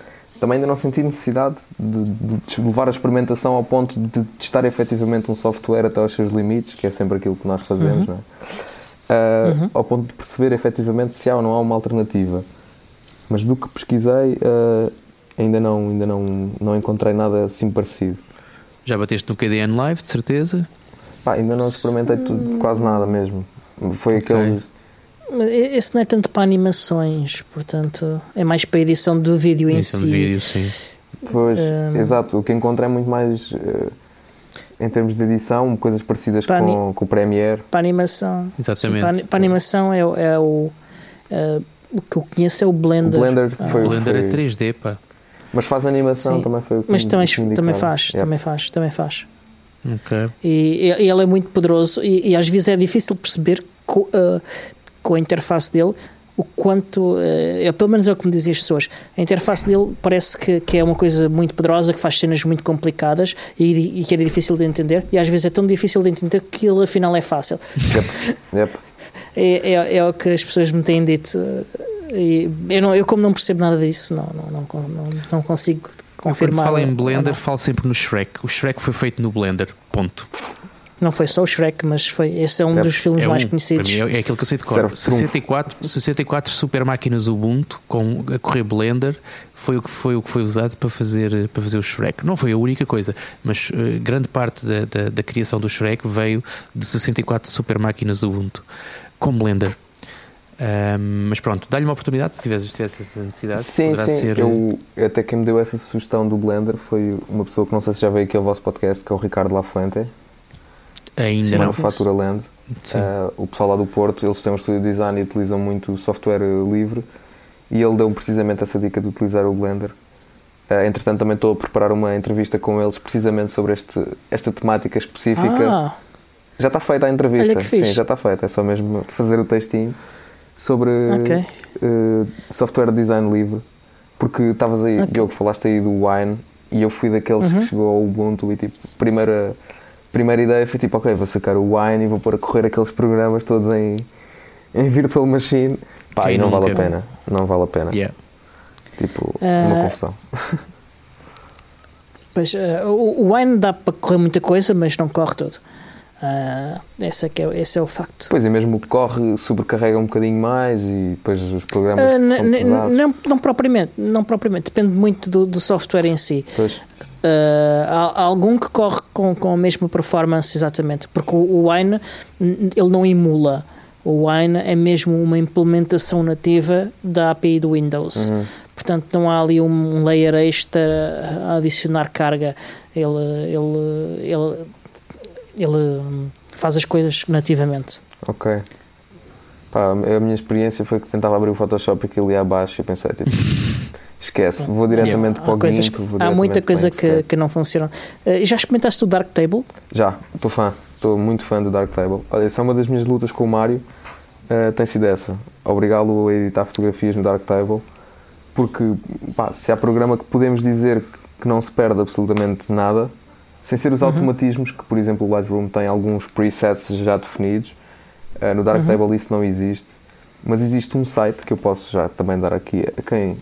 Speaker 3: também ainda não senti necessidade de levar a experimentação ao ponto de testar efetivamente um software até aos seus limites, que é sempre aquilo que nós fazemos, não é? Ao ponto de perceber efetivamente se há ou não há uma alternativa. Mas do que pesquisei, ainda não encontrei nada assim parecido.
Speaker 2: Já bateste no KDN Live, de certeza?
Speaker 3: Ainda não experimentei quase nada mesmo. Foi aquele...
Speaker 1: Esse não é tanto para animações, portanto, é mais para a edição do vídeo em si.
Speaker 2: De vídeo, sim.
Speaker 3: Pois, exato. O que encontro é muito mais, em termos de edição, coisas parecidas com o Premiere.
Speaker 1: Para a animação.
Speaker 2: Exatamente.
Speaker 1: Sim, para a animação o que eu conheço é o Blender.
Speaker 3: O Blender
Speaker 2: O Blender é 3D, pá.
Speaker 3: Mas faz animação,
Speaker 1: sim.
Speaker 3: Também foi o que
Speaker 1: mas também
Speaker 3: faz.
Speaker 1: Também faz.
Speaker 2: Ok.
Speaker 1: E ele é muito poderoso e às vezes é difícil perceber com a interface dele o quanto, pelo menos é o que me dizem as pessoas, a interface dele parece que é uma coisa muito poderosa, que faz cenas muito complicadas e que é difícil de entender, e às vezes é tão difícil de entender que ele afinal é fácil.
Speaker 3: Yep.
Speaker 1: É o que as pessoas me têm dito. E eu como não percebo nada disso, não consigo confirmar.
Speaker 2: Quando se fala em Blender, falo sempre no Shrek. O Shrek foi feito no Blender, ponto.
Speaker 1: Não foi só o Shrek, mas esse é um dos filmes mais conhecidos.
Speaker 2: Para mim é aquilo que eu sei de cor. 64 super máquinas Ubuntu a correr Blender foi o que foi usado para fazer o Shrek. Não foi a única coisa, mas grande parte da criação do Shrek veio de 64 super máquinas Ubuntu com Blender. Mas pronto, dá-lhe uma oportunidade se tivesse essa necessidade.
Speaker 3: Sim.
Speaker 2: Ser...
Speaker 3: Até quem me deu essa sugestão do Blender foi uma pessoa que não sei se já veio aqui ao vosso podcast, que é o Ricardo Lafuente.
Speaker 2: Ainda não.
Speaker 3: Manufatura Land. O pessoal lá do Porto, eles têm um estúdio de design e utilizam muito software livre, e ele deu-me precisamente essa dica de utilizar o Blender. Entretanto, também estou a preparar uma entrevista com eles precisamente sobre esta temática específica. Já está feita a entrevista. Sim, já está feita. É só mesmo fazer o textinho sobre software design livre. Porque estavas aí, Diogo, falaste aí do Wine, e eu fui daqueles que chegou ao Ubuntu e tipo, primeira ideia foi tipo, ok, vou sacar o Wine e vou pôr a correr aqueles programas todos em Virtual Machine. E não vale a pena. Não vale a pena.
Speaker 2: Yeah.
Speaker 3: Tipo, uma confusão.
Speaker 1: Pois, o Wine dá para correr muita coisa, mas não corre tudo. Esse é o facto.
Speaker 3: Pois, e mesmo o que corre sobrecarrega um bocadinho mais e depois os programas são pesados.
Speaker 1: Não propriamente. Depende muito do software em si.
Speaker 3: Pois.
Speaker 1: Há algum que corre com a mesma performance, exatamente, porque o Wine ele não emula. O Wine é mesmo uma implementação nativa da API do Windows. Portanto, não há ali um layer extra a adicionar carga. Ele faz as coisas nativamente.
Speaker 3: Ok. A minha experiência foi que tentava abrir o Photoshop e aquilo ia abaixo e pensei, tipo, esquece, vou diretamente para o GIMP.
Speaker 1: Há muita coisa que não funciona. Já experimentaste o Darktable?
Speaker 3: Já, estou muito fã do Darktable. Olha, essa é uma das minhas lutas com o Mário, tem sido essa, obrigá-lo a editar fotografias no Darktable, porque se há programa que podemos dizer que não se perde absolutamente nada, sem ser os automatismos, que por exemplo o Lightroom tem alguns presets já definidos, no Darktable isso não existe, mas existe um site que eu posso já também dar aqui a quem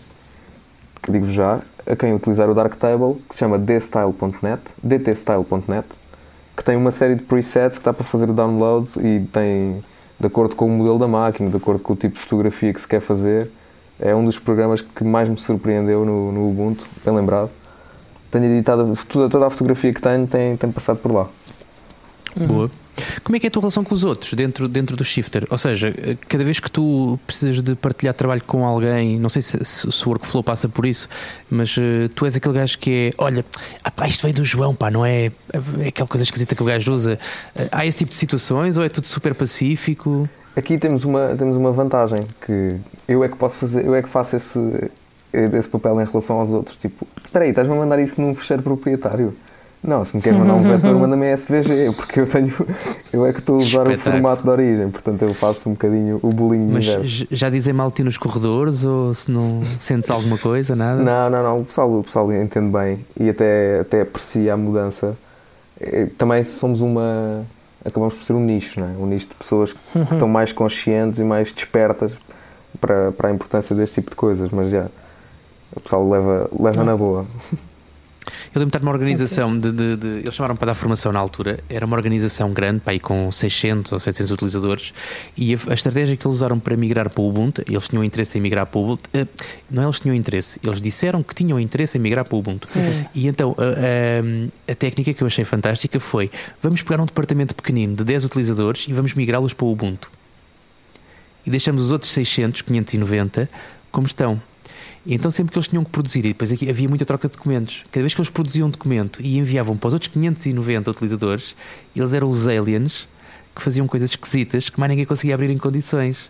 Speaker 3: utilizar o Darktable, que se chama dtstyle.net, que tem uma série de presets que dá para fazer o download e tem, de acordo com o modelo da máquina, de acordo com o tipo de fotografia que se quer fazer. É um dos programas que mais me surpreendeu no Ubuntu, bem lembrado. Tenho editado toda a fotografia que tenho, tem passado por lá.
Speaker 2: Boa. Como é que é a tua relação com os outros dentro do Shifter? Ou seja, cada vez que tu precisas de partilhar trabalho com alguém, não sei se o workflow passa por isso, mas tu és aquele gajo que é, olha, isto veio do João, não é aquela coisa esquisita que o gajo usa. Há esse tipo de situações ou é tudo super pacífico?
Speaker 3: Aqui temos uma vantagem, que eu é que posso fazer, eu é que faço esse papel em relação aos outros. Tipo, espera aí, estás-me a mandar isso num fecheiro proprietário? Não, se me queres mandar um vetor, manda-me SVG, porque eu é que estou a usar o formato de origem, portanto eu faço um bocadinho o bullying do universo.
Speaker 2: Mas já dizem mal ti nos corredores, ou se não sentes alguma coisa, nada?
Speaker 3: Não, o pessoal entende bem e até aprecia a mudança. Também acabamos por ser um nicho, não é? Um nicho de pessoas que estão mais conscientes e mais despertas para a importância deste tipo de coisas, mas já... O pessoal leva na boa.
Speaker 2: Eu lembro de estar numa organização eles chamaram para dar formação na altura, era uma organização grande, para aí com 600 ou 700 utilizadores, e a estratégia que eles usaram para migrar para o Ubuntu, eles tinham interesse em migrar para o Ubuntu, não eles tinham interesse, eles disseram que tinham interesse em migrar para o Ubuntu. E então a técnica que eu achei fantástica foi, vamos pegar um departamento pequenino de 10 utilizadores e vamos migrá-los para o Ubuntu. E deixamos os outros 600, 590 como estão. E então sempre que eles tinham que produzir, e depois aqui havia muita troca de documentos, cada vez que eles produziam um documento e enviavam para os outros 590 utilizadores, eles eram os aliens que faziam coisas esquisitas que mais ninguém conseguia abrir em condições.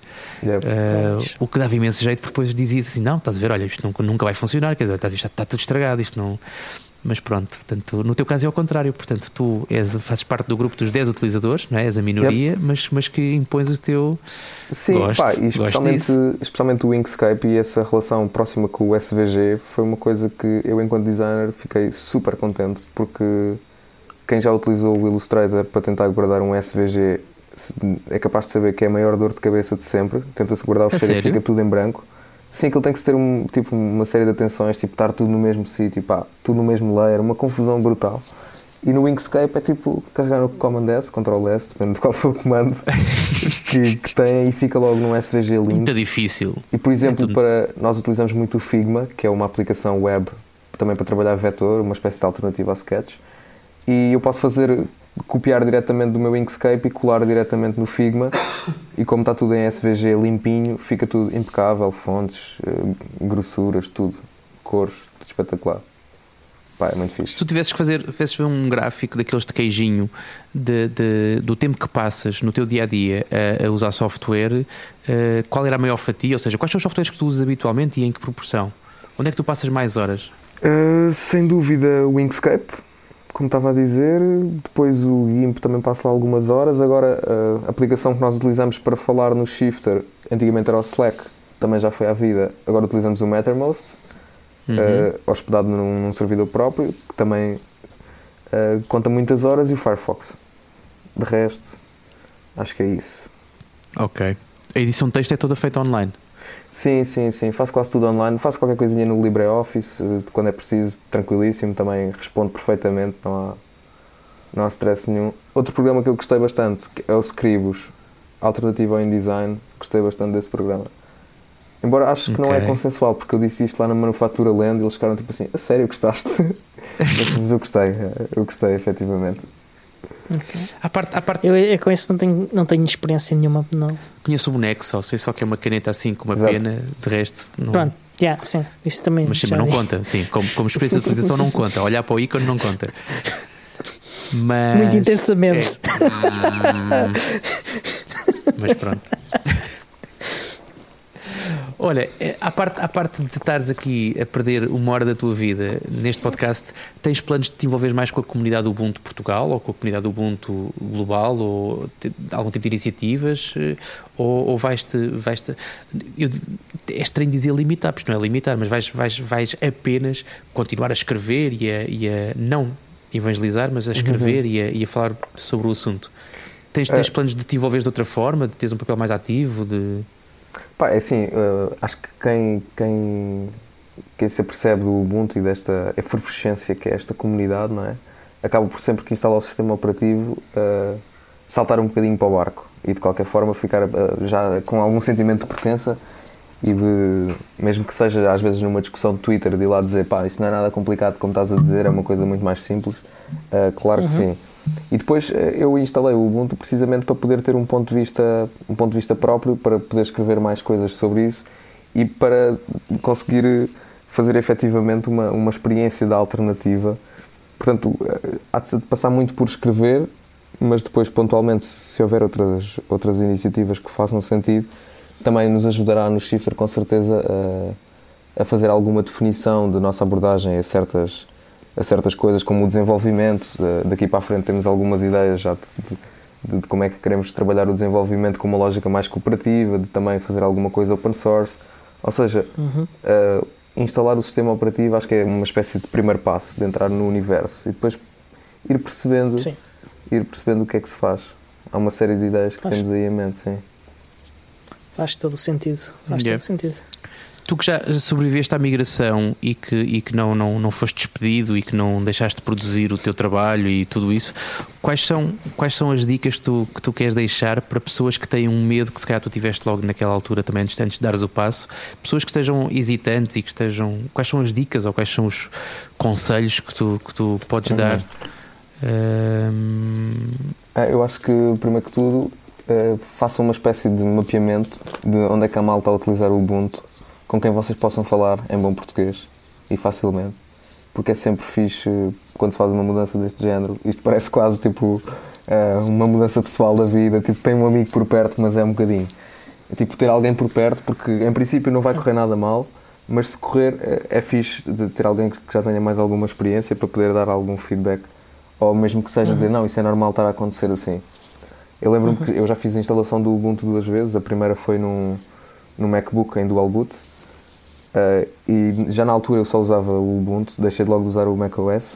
Speaker 2: O que dava imenso jeito, porque depois dizia assim, não, estás a ver, olha, isto nunca vai funcionar, quer dizer, está tudo estragado, isto não... Mas pronto, portanto, no teu caso é ao contrário, portanto, tu fazes parte do grupo dos 10 utilizadores, não é? És a minoria, mas que impões o teu...
Speaker 3: Sim, e especialmente o Inkscape e essa relação próxima com o SVG foi uma coisa que eu, enquanto designer, fiquei super contente, porque quem já utilizou o Illustrator para tentar guardar um SVG é capaz de saber que é a maior dor de cabeça de sempre. Tenta-se guardar o fecheiro e fica tudo em branco. Sim, aquilo tem que ter uma série de atenções, estar tudo no mesmo sítio, tudo no mesmo layer, uma confusão brutal. E no Inkscape é carregar o Command S, Ctrl S, depende de qual for o comando que tem, e fica logo num SVG limpo.
Speaker 2: Muito difícil.
Speaker 3: E por exemplo, nós utilizamos muito o Figma, que é uma aplicação web também para trabalhar vetor, uma espécie de alternativa ao Sketch. E eu posso copiar diretamente do meu Inkscape e colar diretamente no Figma, e como está tudo em SVG limpinho, fica tudo impecável, fontes, grossuras, tudo, cores, tudo espetacular. É muito fixe.
Speaker 2: Se tu tivesses que fazer um gráfico daqueles de queijinho do tempo que passas no teu dia-a-dia a usar software, qual era a maior fatia? Ou seja, quais são os softwares que tu usas habitualmente e em que proporção? Onde é que tu passas mais horas?
Speaker 3: Sem dúvida o Inkscape, como estava a dizer, depois o GIMP também passa lá algumas horas. Agora a aplicação que nós utilizamos para falar no Shifter, antigamente era o Slack, também já foi à vida, agora utilizamos o Mattermost, hospedado num servidor próprio, que também conta muitas horas, e o Firefox. De resto, acho que é isso.
Speaker 2: Ok. A edição de texto é toda feita online?
Speaker 3: Sim, faço quase tudo online, faço qualquer coisinha no LibreOffice, quando é preciso, tranquilíssimo, também respondo perfeitamente, não há stress nenhum. Outro programa que eu gostei bastante é o Scribus, alternativo ao InDesign, gostei bastante desse programa. Embora acho que não é consensual, porque eu disse isto lá na Manufatura Land e eles ficaram tipo assim, a sério, gostaste? Mas eu gostei efetivamente.
Speaker 1: Okay.
Speaker 2: À parte...
Speaker 1: Eu com isso não tenho experiência nenhuma. Não.
Speaker 2: Conheço o boneco sei só que é uma caneta assim com uma
Speaker 3: Exato.
Speaker 2: pena, de resto não...
Speaker 1: Pronto, sim, isso também.
Speaker 2: Mas não conta, sim, como experiência de utilização não conta, olhar para o ícone não conta. Mas...
Speaker 1: Muito intensamente.
Speaker 2: Mas pronto. Olha, à parte de estares aqui a perder uma hora da tua vida neste podcast, tens planos de te envolver mais com a comunidade Ubuntu Portugal ou com a comunidade Ubuntu global, ou algum tipo de iniciativas, ou vais-te é estranho dizer limitar, porque não é limitar, mas vais apenas continuar a escrever e a não evangelizar, mas a escrever e a falar sobre o assunto. Tens planos de te envolveres de outra forma, de teres um papel mais ativo,
Speaker 3: É assim, acho que quem se apercebe do Ubuntu e desta efervescência que é esta comunidade, não é? Acaba por, sempre que instala o sistema operativo, saltar um bocadinho para o barco e de qualquer forma ficar já com algum sentimento de pertença, e de, mesmo que seja às vezes numa discussão de Twitter, de ir lá dizer, isso não é nada complicado como estás a dizer, é uma coisa muito mais simples, claro que sim. E depois eu instalei o Ubuntu precisamente para poder ter um ponto de vista próprio, para poder escrever mais coisas sobre isso e para conseguir fazer efetivamente uma experiência da alternativa. Portanto, há de passar muito por escrever, mas depois pontualmente, se houver outras iniciativas que façam sentido, também nos ajudará no Shifter com certeza a fazer alguma definição da nossa abordagem a certas coisas, como o desenvolvimento. Daqui para a frente temos algumas ideias já de como é que queremos trabalhar o desenvolvimento com uma lógica mais cooperativa, de também fazer alguma coisa open source, ou seja, instalar o sistema operativo acho que é uma espécie de primeiro passo de entrar no universo e depois ir percebendo o que é que se faz. Há uma série de ideias que temos aí em mente, sim.
Speaker 1: Faz todo o sentido. Todo o sentido.
Speaker 2: Tu que já sobreviveste à migração e que não foste despedido e que não deixaste de produzir o teu trabalho e tudo isso, quais são as dicas que tu queres deixar para pessoas que têm um medo que se calhar tu tiveste logo naquela altura também antes de dares o passo, pessoas que estejam hesitantes e que estejam... Quais são as dicas ou quais são os conselhos que tu podes dar?
Speaker 3: Eu acho que, primeiro que tudo, façam uma espécie de mapeamento de onde é que a malta está a utilizar o Ubuntu, com quem vocês possam falar em bom português e facilmente, porque é sempre fixe quando se faz uma mudança deste género. Isto parece quase tipo uma mudança pessoal da vida, tipo tem um amigo por perto, mas é um bocadinho é tipo ter alguém por perto, porque em princípio não vai correr nada mal, mas se correr é fixe de ter alguém que já tenha mais alguma experiência para poder dar algum feedback, ou mesmo que seja dizer, não, isso é normal estar a acontecer assim. Eu lembro-me que eu já fiz a instalação do Ubuntu 2 vezes. A primeira foi no MacBook em Dual Boot, e já na altura eu só usava o Ubuntu, deixei de logo de usar o macOS,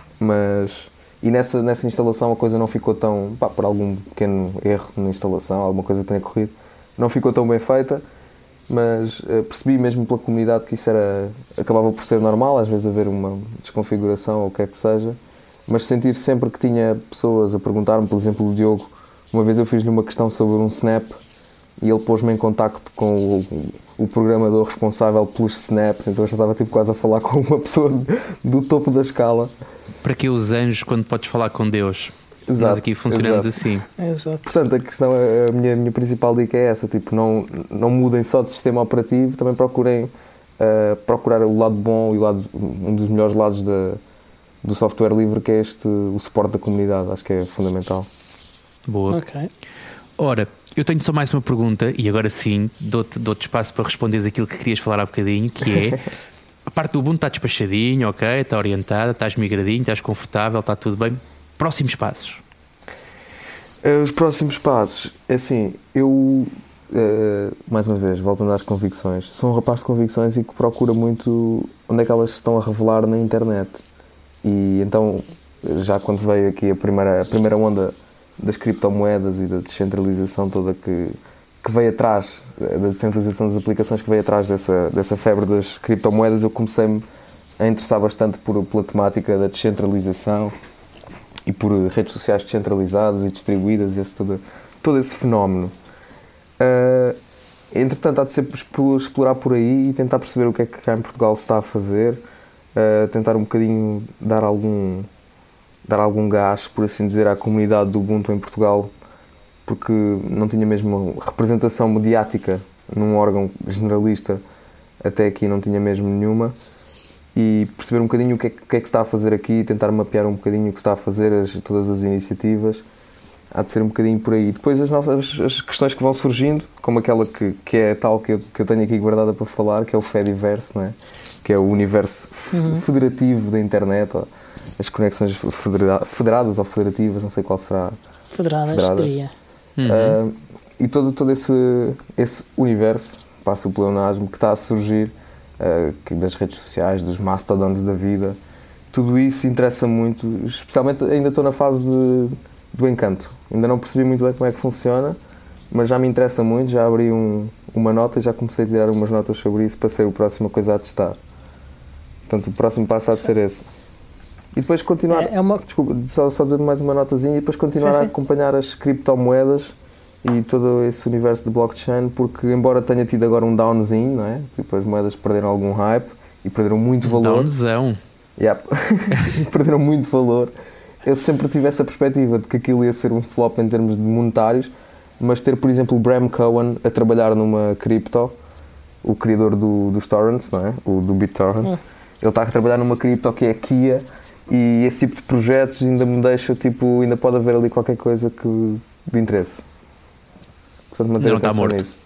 Speaker 3: e nessa instalação a coisa não ficou tão, por algum pequeno erro na instalação, alguma coisa que tenha corrido, não ficou tão bem feita, mas percebi mesmo pela comunidade que isso acabava por ser normal, às vezes haver uma desconfiguração ou o que é que seja, mas sentir sempre que tinha pessoas a perguntar-me, por exemplo o Diogo, uma vez eu fiz-lhe uma questão sobre um snap e ele pôs-me em contacto com o programador responsável pelos snaps, então eu já estava tipo quase a falar com uma pessoa do topo da escala.
Speaker 2: Para que os anjos quando podes falar com Deus?
Speaker 3: Exato,
Speaker 2: nós aqui funcionamos assim.
Speaker 1: Exato.
Speaker 3: Portanto, a questão, a minha principal dica é essa, tipo, não mudem só de sistema operativo, também procurem procurar o lado bom e um dos melhores lados do software livre, que é o suporte da comunidade. Acho que é fundamental.
Speaker 2: Boa.
Speaker 1: Ok.
Speaker 2: Ora, eu tenho só mais uma pergunta e agora sim dou-te espaço para responderes aquilo que querias falar há bocadinho, que é a parte do Ubuntu está despachadinho, ok, está orientada, estás migradinho, estás confortável, está tudo bem. Próximos passos?
Speaker 3: Os próximos passos, é assim, eu mais uma vez, voltando às convicções, sou um rapaz de convicções e que procura muito onde é que elas se estão a revelar na internet. E então, já quando veio aqui a primeira onda das criptomoedas e da descentralização toda que veio atrás, da descentralização das aplicações que veio atrás dessa febre das criptomoedas, eu comecei-me a interessar bastante pela temática da descentralização e por redes sociais descentralizadas e distribuídas e todo esse fenómeno. Entretanto, há de ser explorar por aí e tentar perceber o que é que cá em Portugal se está a fazer, tentar um bocadinho dar algum gás, por assim dizer, à comunidade do Ubuntu em Portugal, porque não tinha mesmo representação mediática num órgão generalista, até aqui não tinha mesmo nenhuma, e perceber um bocadinho o que é que se está a fazer aqui, tentar mapear um bocadinho o que se está a fazer, todas as iniciativas, há de ser um bocadinho por aí. Depois as questões que vão surgindo, como aquela que é tal que eu tenho aqui guardada para falar, que é o Fediverse, não é? Que é o universo federativo da internet, ou as conexões federadas ou federativas, não sei qual será.
Speaker 1: Federadas. Diria.
Speaker 3: E todo esse universo, passa o pleonasmo, que está a surgir das redes sociais, dos mastodons da vida, tudo isso interessa muito, especialmente ainda estou na fase do encanto, ainda não percebi muito bem como é que funciona, mas já me interessa muito, já abri uma nota e já comecei a tirar umas notas sobre isso para ser a próxima coisa a testar. Portanto, o próximo passo há de ser esse. E depois continuar, desculpa, só dizer mais uma notazinha, e depois continuar a acompanhar as criptomoedas e todo esse universo de blockchain, porque embora tenha tido agora um downzinho, não é? Tipo, as moedas perderam algum hype e perderam muito valor.
Speaker 2: Downzão.
Speaker 3: Perderam muito valor. Eu sempre tive essa perspectiva de que aquilo ia ser um flop em termos de monetários, mas ter, por exemplo, o Bram Cohen a trabalhar numa cripto, o criador dos torrents, não é? Do BitTorrent, ele está a trabalhar numa cripto que é a Kia, e esse tipo de projetos ainda me deixa, tipo, ainda pode haver ali qualquer coisa de interesse. Portanto, manter
Speaker 2: não está morto.
Speaker 3: Nisso.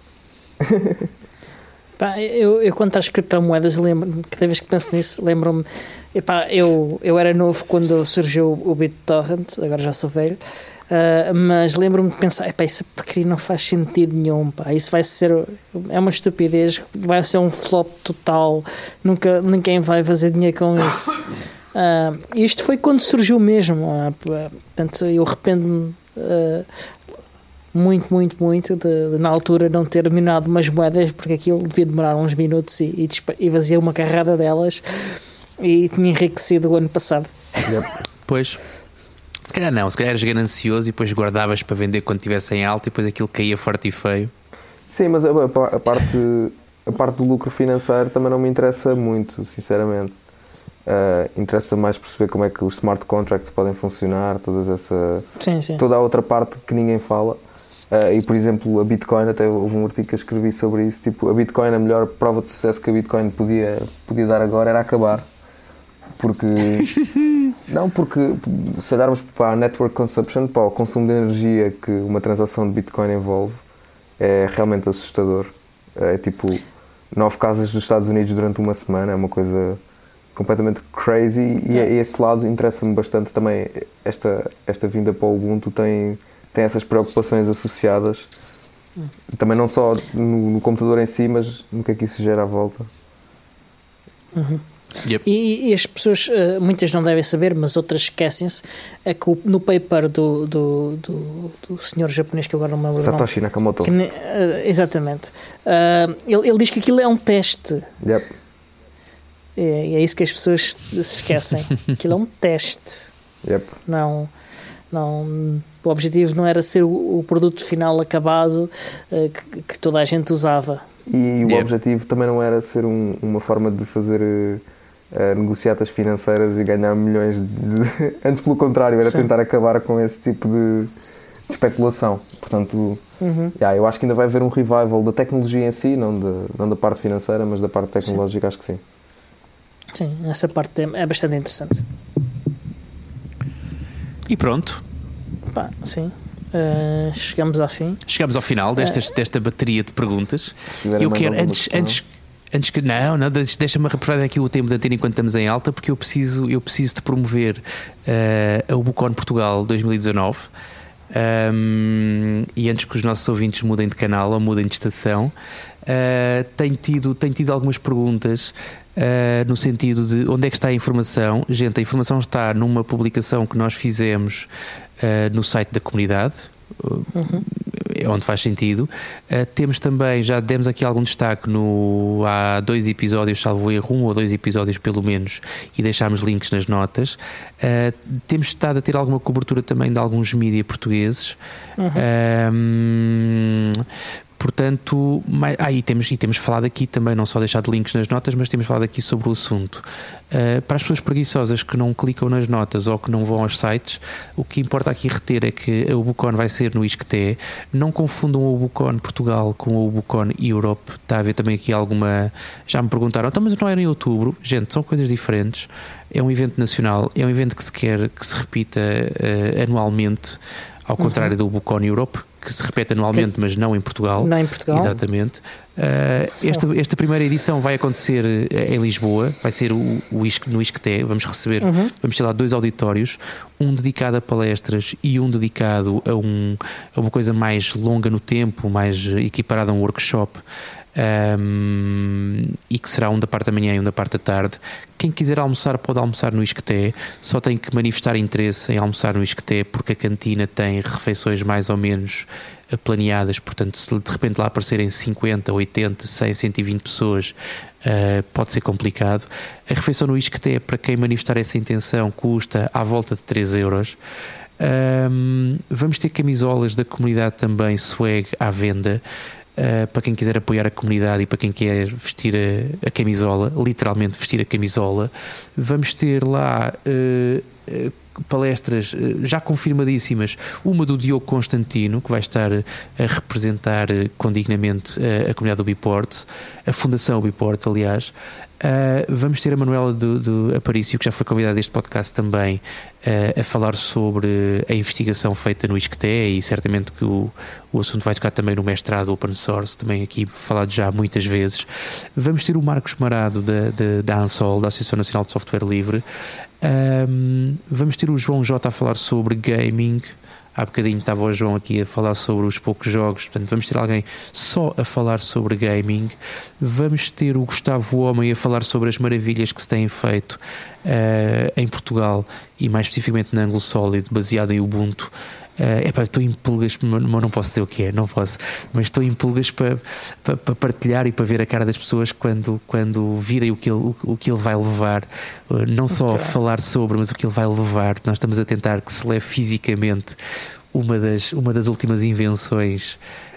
Speaker 1: Eu quanto às criptomoedas, lembro-me, cada vez que penso nisso, lembro-me, eu era novo quando surgiu o BitTorrent, agora já sou velho, mas lembro-me de pensar, isso porcaria não faz sentido nenhum, isso vai ser, é uma estupidez, vai ser um flop total, ninguém vai fazer dinheiro com isso. Isto foi quando surgiu mesmo, portanto eu arrependo-me muito, na altura não ter minado umas moedas, porque aquilo devia demorar uns minutos e vazia uma carrada delas e tinha enriquecido o ano passado.
Speaker 2: Pois, se calhar não, se calhar eras ganancioso e depois guardavas para vender quando estivesse em alta e depois aquilo caía forte e feio.
Speaker 3: Sim, mas a parte do lucro financeiro também não me interessa muito, sinceramente. Interessa mais perceber como é que os smart contracts podem funcionar, toda a outra parte que ninguém fala. E, por exemplo, a Bitcoin, até houve um artigo que eu escrevi sobre isso, tipo, a Bitcoin, a melhor prova de sucesso que a Bitcoin podia dar agora era acabar. Porque se olharmos para a network consumption, para o consumo de energia que uma transação de Bitcoin envolve, é realmente assustador. É tipo 9 casas dos Estados Unidos durante uma semana, é uma coisa completamente crazy, e esse lado interessa-me bastante também. Esta vinda para o Ubuntu tem essas preocupações associadas, também não só no computador em si, mas no que é que isso gera à volta.
Speaker 1: Yep. E as pessoas, muitas não devem saber, mas outras esquecem-se, é que no paper do senhor japonês, que agora não me lembro
Speaker 3: Satoshi Nakamoto,
Speaker 1: exatamente, ele diz que aquilo é um teste.
Speaker 3: Yep.
Speaker 1: E é isso que as pessoas se esquecem. Aquilo é um teste.
Speaker 3: Yep.
Speaker 1: Não, o objetivo não era ser o produto final acabado que toda a gente usava.
Speaker 3: E o objetivo também não era ser uma forma de fazer negociatas financeiras e ganhar milhões antes, pelo contrário, era tentar acabar com esse tipo de especulação. Portanto, eu acho que ainda vai haver um revival da tecnologia em si, não da parte financeira, mas da parte tecnológica. Sim. Acho que sim.
Speaker 1: Sim, essa parte é bastante interessante.
Speaker 2: E pronto.
Speaker 1: Sim. Chegamos ao fim.
Speaker 2: Chegamos ao final desta bateria de perguntas. Eu quero, antes que não, deixa-me aproveitar aqui o tempo de antena enquanto estamos em alta, porque eu preciso de promover a Ubucon Portugal 2019. E antes que os nossos ouvintes mudem de canal ou mudem de estação, tenho tido algumas perguntas no sentido de onde é que está a informação. Gente, a informação está numa publicação que nós fizemos no site da comunidade, é onde faz sentido. Temos também, já demos aqui algum destaque há 2 episódios, salvo erro, 1 ou 2 episódios pelo menos, e deixámos links nas notas. Temos estado a ter alguma cobertura também de alguns mídia portugueses. Portanto, temos falado aqui também, não só deixado links nas notas, mas temos falado aqui sobre o assunto. Para as pessoas preguiçosas que não clicam nas notas ou que não vão aos sites, o que importa aqui reter é que a Ubucon vai ser no ISCTE. Não confundam a Ubucon Portugal com a Ubucon Europe. Está a haver também aqui alguma... Já me perguntaram, então, mas não era em outubro? Gente, são coisas diferentes. É um evento nacional, é um evento que se quer que se repita anualmente, ao contrário da Ubucon Europe, que se repete anualmente, mas não em Portugal.
Speaker 1: Não em Portugal.
Speaker 2: Exatamente. Esta primeira edição vai acontecer em Lisboa, vai ser no ISCTE. Vamos ter lá 2 auditórios, um dedicado a palestras e um dedicado a uma coisa mais longa no tempo, mais equiparada a um workshop. E que será um da parte da manhã e um da parte da tarde. Quem quiser almoçar pode almoçar no ISCTE, só tem que manifestar interesse em almoçar no ISCTE, porque a cantina tem refeições mais ou menos planeadas. Portanto, se de repente lá aparecerem 50, 80, 100, 120 pessoas, pode ser complicado. A refeição no ISCTE, para quem manifestar essa intenção, custa à volta de 3 euros. Vamos ter camisolas da comunidade também, swag, à venda, para quem quiser apoiar a comunidade e para quem quer vestir a camisola, literalmente vestir a camisola. Vamos ter lá palestras já confirmadíssimas, uma do Diogo Constantino, que vai estar a representar condignamente a comunidade do Biport, a Fundação Biport, aliás. Vamos ter a Manuela do Aparício, que já foi convidada a este podcast também, a falar sobre a investigação feita no ISCTE, e certamente que o assunto vai tocar também no mestrado Open Source, também aqui falado já muitas vezes. Vamos ter o Marcos Marado da ANSOL, da Associação Nacional de Software Livre. Vamos ter o João J a falar sobre gaming. Há bocadinho estava o João aqui a falar sobre os poucos jogos, portanto vamos ter alguém só a falar sobre gaming. Vamos ter o Gustavo Homem a falar sobre as maravilhas que se têm feito em Portugal, e mais especificamente na Angle Solid, baseado em Ubuntu. Estou em pulgas, mas não posso dizer o que é, não posso, mas estou em pulgas para partilhar e para ver a cara das pessoas quando virem o que ele vai levar, não só falar sobre, mas o que ele vai levar. Nós estamos a tentar que se leve fisicamente uma das últimas invenções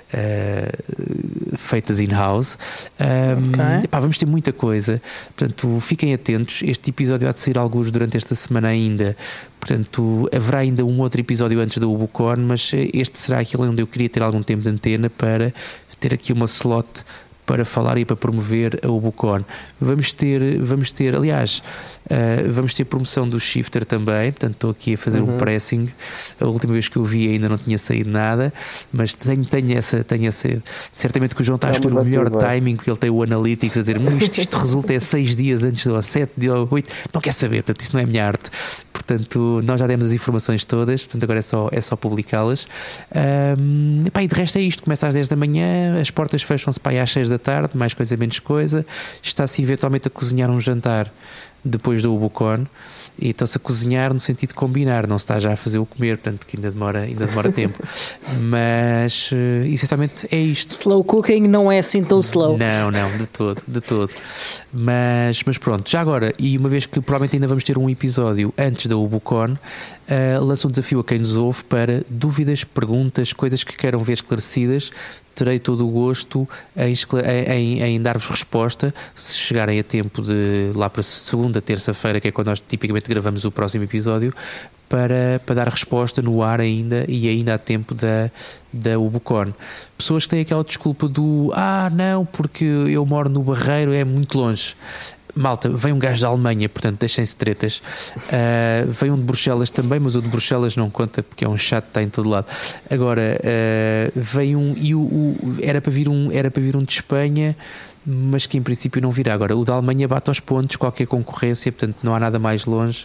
Speaker 2: feitas in-house. Vamos ter muita coisa, portanto fiquem atentos. Este episódio há de sair alguns durante esta semana ainda, portanto haverá ainda um outro episódio antes da UbuCon, mas este será aquele onde eu queria ter algum tempo de antena para ter aqui uma slot para falar e para promover a UbuCon. Vamos ter, aliás, vamos ter promoção do Shifter também, portanto estou aqui a fazer um pressing. A última vez que eu vi ainda não tinha saído nada, mas tenho essa certamente que o João está a escolher o melhor timing, porque ele tem o Analytics a dizer isto resulta 6 dias antes ou 7 dias ou 8, não quer saber, portanto isto não é a minha arte. Portanto, nós já demos as informações todas, portanto agora é só publicá-las. E de resto é isto, começa às 10 da manhã, as portas fecham-se para aí às 6 da tarde, mais coisa menos coisa. Está-se eventualmente a cozinhar um jantar depois do UbuCon, e estão-se a cozinhar no sentido de combinar, não se está já a fazer o comer, portanto que ainda demora tempo, mas essencialmente é isto.
Speaker 1: Slow cooking não é assim tão slow.
Speaker 2: Não, de todo. Mas pronto, já agora, e uma vez que provavelmente ainda vamos ter um episódio antes da UbuCon, lanço um desafio a quem nos ouve para dúvidas, perguntas, coisas que queiram ver esclarecidas. Terei todo o gosto em dar-vos resposta, se chegarem a tempo de lá para segunda, terça-feira, que é quando nós tipicamente gravamos o próximo episódio, para dar resposta no ar ainda, e ainda há tempo da UbuCon. Pessoas que têm aquela desculpa do não, porque eu moro no Barreiro, é muito longe. Malta, vem um gajo da Alemanha, portanto deixem-se tretas. Vem um de Bruxelas também, mas o de Bruxelas não conta porque é um chato, está em todo lado. Agora vem um, e era para vir um de Espanha, mas que em princípio não virá. Agora o da Alemanha bate aos pontos, qualquer concorrência, portanto não há nada mais longe.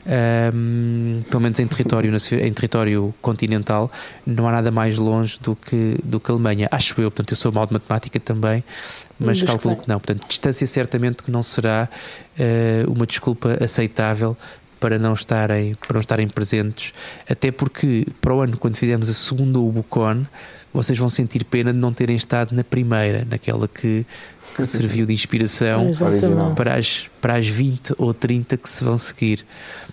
Speaker 2: Pelo menos em território continental não há nada mais longe do que a Alemanha, acho eu. Portanto eu sou mau de matemática também, mas calculo que não. Portanto, distância certamente que não será uma desculpa aceitável para não estarem presentes, até porque para o ano, quando fizermos a segunda UbuCon, vocês vão sentir pena de não terem estado na primeira, naquela que serviu de inspiração para as 20 ou 30 que se vão seguir.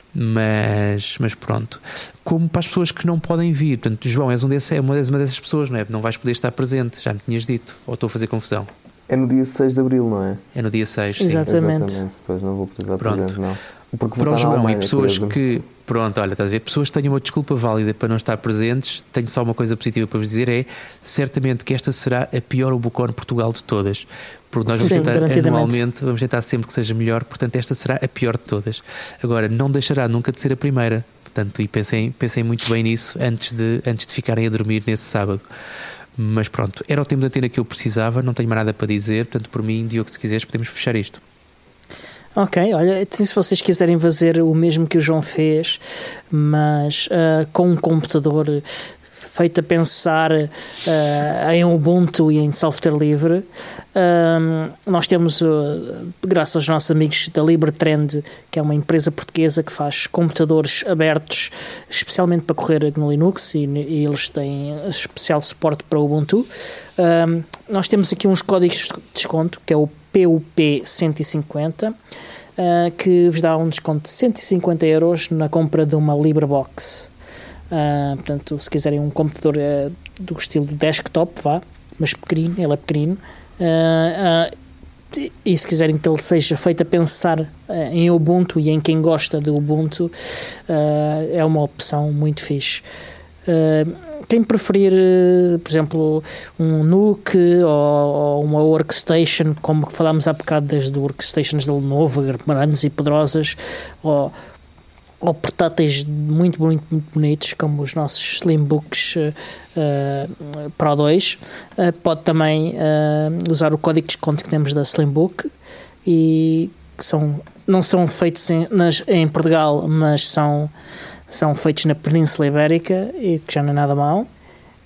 Speaker 2: Mas pronto, como para as pessoas que não podem vir, portanto, João, és uma dessas pessoas, não é? Não vais poder estar presente, já me tinhas dito, ou estou a fazer confusão?
Speaker 3: É no dia 6 de Abril, não é?
Speaker 2: É no dia 6,
Speaker 1: exatamente.
Speaker 3: Sim. Depois não vou poder estar presente, não. Porque
Speaker 2: para o João
Speaker 3: Alemanha,
Speaker 2: e pessoas que... Pronto, olha, estás a ver? Pessoas que tenham uma desculpa válida para não estar presentes, tenho só uma coisa positiva para vos dizer, certamente que esta será a pior UbuCon Portugal de todas. Porque nós vamos tentar anualmente, vamos tentar sempre que seja melhor, portanto esta será a pior de todas. Agora, não deixará nunca de ser a primeira, portanto, e pensem muito bem nisso antes de ficarem a dormir nesse sábado. Mas pronto, era o tempo de antena que eu precisava, não tenho mais nada para dizer, portanto, por mim, Diogo, se quiseres, podemos fechar isto.
Speaker 1: Ok, olha, se vocês quiserem fazer o mesmo que o João fez, mas com um computador feito a pensar em Ubuntu e em software livre, nós temos, graças aos nossos amigos da LibreTrend, que é uma empresa portuguesa que faz computadores abertos especialmente para correr no Linux, e eles têm especial suporte para Ubuntu. Nós temos aqui uns códigos de desconto, que é o PUP 150, que vos dá um desconto de 150 € na compra de uma LibreBox. Portanto, se quiserem um computador do estilo desktop, mas pequenino, ele é pequenino, e se quiserem que ele seja feito a pensar em Ubuntu e em quem gosta de Ubuntu, é uma opção muito fixe. Quem preferir, por exemplo, um NUC ou uma workstation, como falámos há bocado das workstations da Lenovo, grandes e poderosas, ou portáteis muito, muito, muito bonitos, como os nossos Slimbooks Pro 2, pode também usar o código de desconto que temos da Slimbook, e que não são feitos em Portugal, mas são feitos na Península Ibérica, e que já não é nada mau.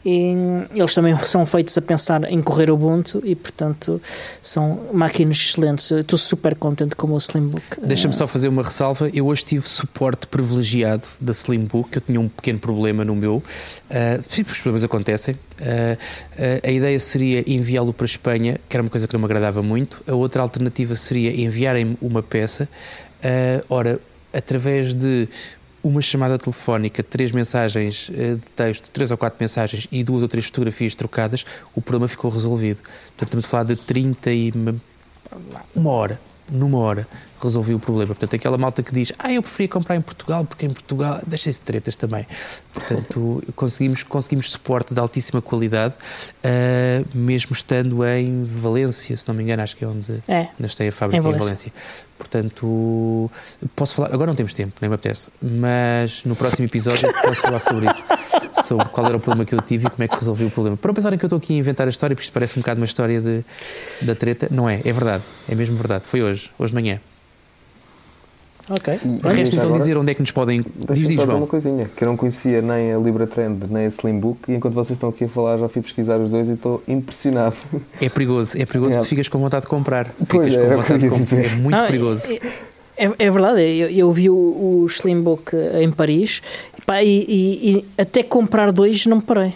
Speaker 1: e eles também são feitos a pensar em correr Ubuntu e, portanto, são máquinas excelentes. Eu estou super contente com o meu Slimbook.
Speaker 2: Deixa-me só fazer uma ressalva. Eu hoje tive suporte privilegiado da Slimbook. Eu tinha um pequeno problema no meu. Os problemas acontecem. A ideia seria enviá-lo para a Espanha, que era uma coisa que não me agradava muito. A outra alternativa seria enviarem-me uma peça. Ora, através de uma chamada telefónica, 3 mensagens de texto, 3 ou 4 mensagens e 2 ou 3 fotografias trocadas, o problema ficou resolvido. Portanto, estamos a falar de 30 e uma hora. Numa hora resolvi o problema. Portanto, aquela malta que diz eu preferia comprar em Portugal, porque em Portugal deixem-se de tretas também. Portanto, conseguimos suporte de altíssima qualidade, mesmo estando em Valência, se não me engano, acho que é onde nós tem a fábrica em Valência. Portanto, posso falar, agora não temos tempo, nem me apetece, mas no próximo episódio posso falar sobre isso, sobre qual era o problema que eu tive e como é que resolvi o problema. Para não pensarem que eu estou aqui a inventar a história, porque isto parece um bocado uma história da treta, não é verdade, é mesmo verdade, foi hoje de manhã.
Speaker 1: Ok.
Speaker 2: Resta então dizer onde é que nos podem...
Speaker 3: Diz uma coisinha, que eu não conhecia nem a LibraTrend nem a Slimbook, e enquanto vocês estão aqui a falar já fui pesquisar os dois e estou impressionado.
Speaker 2: É perigoso porque ficas com vontade de comprar.
Speaker 3: Pois é
Speaker 2: muito perigoso.
Speaker 1: É verdade, eu vi o Slimbook em Paris e até comprar 2 não me parei.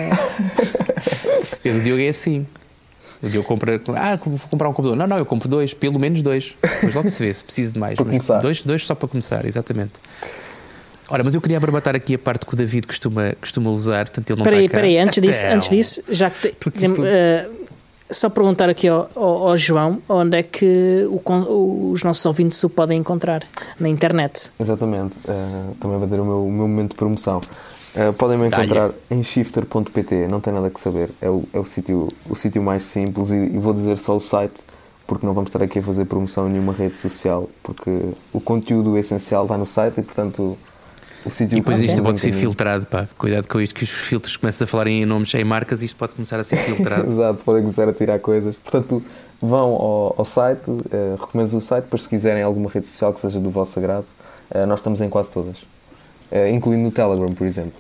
Speaker 2: O Diogo é assim. O Diogo compra... vou comprar um computador. Não, eu compro 2, pelo menos 2. Depois logo se vê se preciso de mais. Mas 2 só para começar, exatamente. Ora, mas eu queria abarbatar aqui a parte que o David costuma usar, portanto ele não está cá.
Speaker 1: Espera aí, antes disso, já que só perguntar aqui ao João onde é que os nossos ouvintes o podem encontrar na internet.
Speaker 3: Exatamente, também vai ter o meu momento de promoção. Podem me encontrar em shifter.pt, não tem nada que saber, é o sítio mais simples, e vou dizer só o site, porque não vamos estar aqui a fazer promoção em nenhuma rede social, porque o conteúdo essencial está no site e, portanto, o sítio...
Speaker 2: E depois isto pode ser filtrado, cuidado com isto, que os filtros começam a falar em nomes, em marcas, isto pode começar a ser filtrado.
Speaker 3: Exato, podem começar a tirar coisas, portanto, vão ao site, recomendo-vos o site, depois se quiserem alguma rede social que seja do vosso agrado, nós estamos em quase todas. Incluindo no Telegram, por exemplo.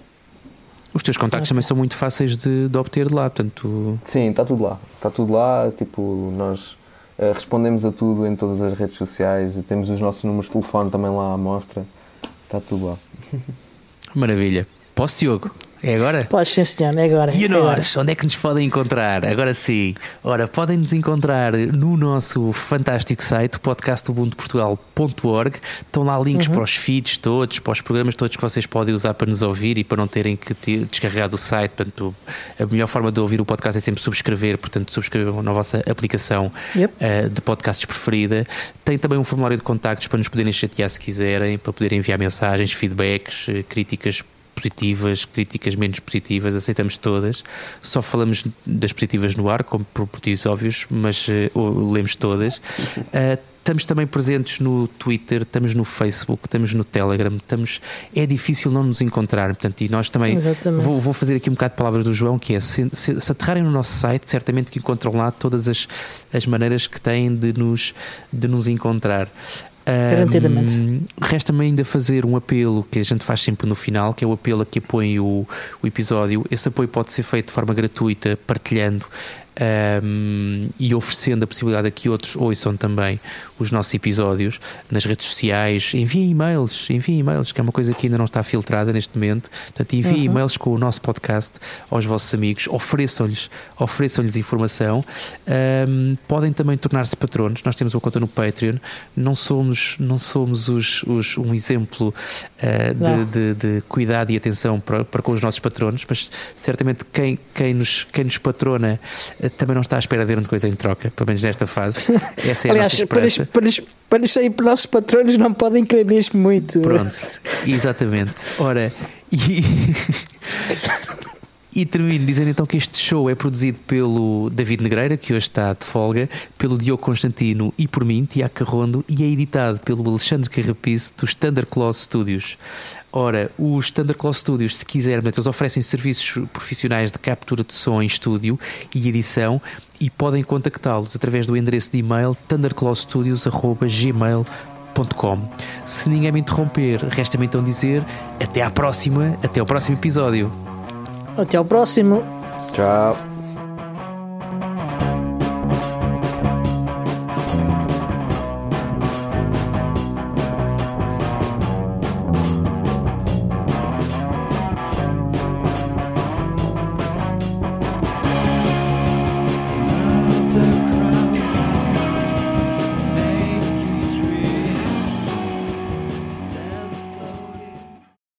Speaker 2: Os teus contactos também são muito fáceis de obter de lá, portanto...
Speaker 3: Sim, está tudo lá, tipo, nós respondemos a tudo em todas as redes sociais e temos os nossos números de telefone também lá à mostra, está tudo lá.
Speaker 2: Maravilha. Posso, Diogo? É agora?
Speaker 1: Podes, sim, senhor, é agora.
Speaker 2: E a nós? Onde é que nos podem encontrar? Agora sim. Ora, podem nos encontrar no nosso fantástico site, podcastubuntuportugal.org. Estão lá links para os feeds todos, para os programas todos que vocês podem usar para nos ouvir e para não terem que descarregar do site. Portanto, a melhor forma de ouvir o podcast é sempre subscrever. Portanto, subscrevam na vossa aplicação de podcasts preferida. Tem também um formulário de contactos para nos poderem chatear se quiserem, para poderem enviar mensagens, feedbacks, críticas positivas, críticas menos positivas, aceitamos todas. Só falamos das positivas no ar, como por motivos óbvios, mas lemos todas. Estamos também presentes no Twitter, estamos no Facebook, estamos no Telegram, é difícil não nos encontrar, portanto, e nós também vou fazer aqui um bocado de palavras do João, que é se aterrarem no nosso site, certamente que encontram lá todas as maneiras que têm de nos encontrar.
Speaker 1: Garantidamente.
Speaker 2: Resta-me ainda fazer um apelo que a gente faz sempre no final, que é o apelo a que apoiem o episódio. Esse apoio pode ser feito de forma gratuita, partilhando e oferecendo a possibilidade a que outros ouçam também os nossos episódios nas redes sociais. Enviem e-mails, que é uma coisa que ainda não está filtrada neste momento. Portanto, enviem e-mails com o nosso podcast aos vossos amigos, ofereçam-lhes informação. Podem também tornar-se patronos. Nós temos uma conta no Patreon. Não somos um exemplo de cuidado e atenção para com os nossos patronos, mas certamente quem nos patrona também não está à espera de grande coisa em troca, pelo menos nesta fase. Essa é a nossa esperança.
Speaker 1: Para sair para os nossos patronos não podem querer mesmo muito.
Speaker 2: Pronto, exatamente. Ora, e termino dizendo então que este show é produzido pelo David Negreira, que hoje está de folga, pelo Diogo Constantino e por mim, Tiago Carrondo, e é editado pelo Alexandre Carrapice dos Thunder Claw Studios. Ora, os Thunder Claw Studios, se quiserem, eles oferecem serviços profissionais de captura de som em estúdio e edição, e podem contactá-los através do endereço de e-mail thunderclawstudios@gmail.com. Se ninguém me interromper, resta-me então dizer até ao próximo episódio.
Speaker 1: Até ao próximo.
Speaker 3: Tchau.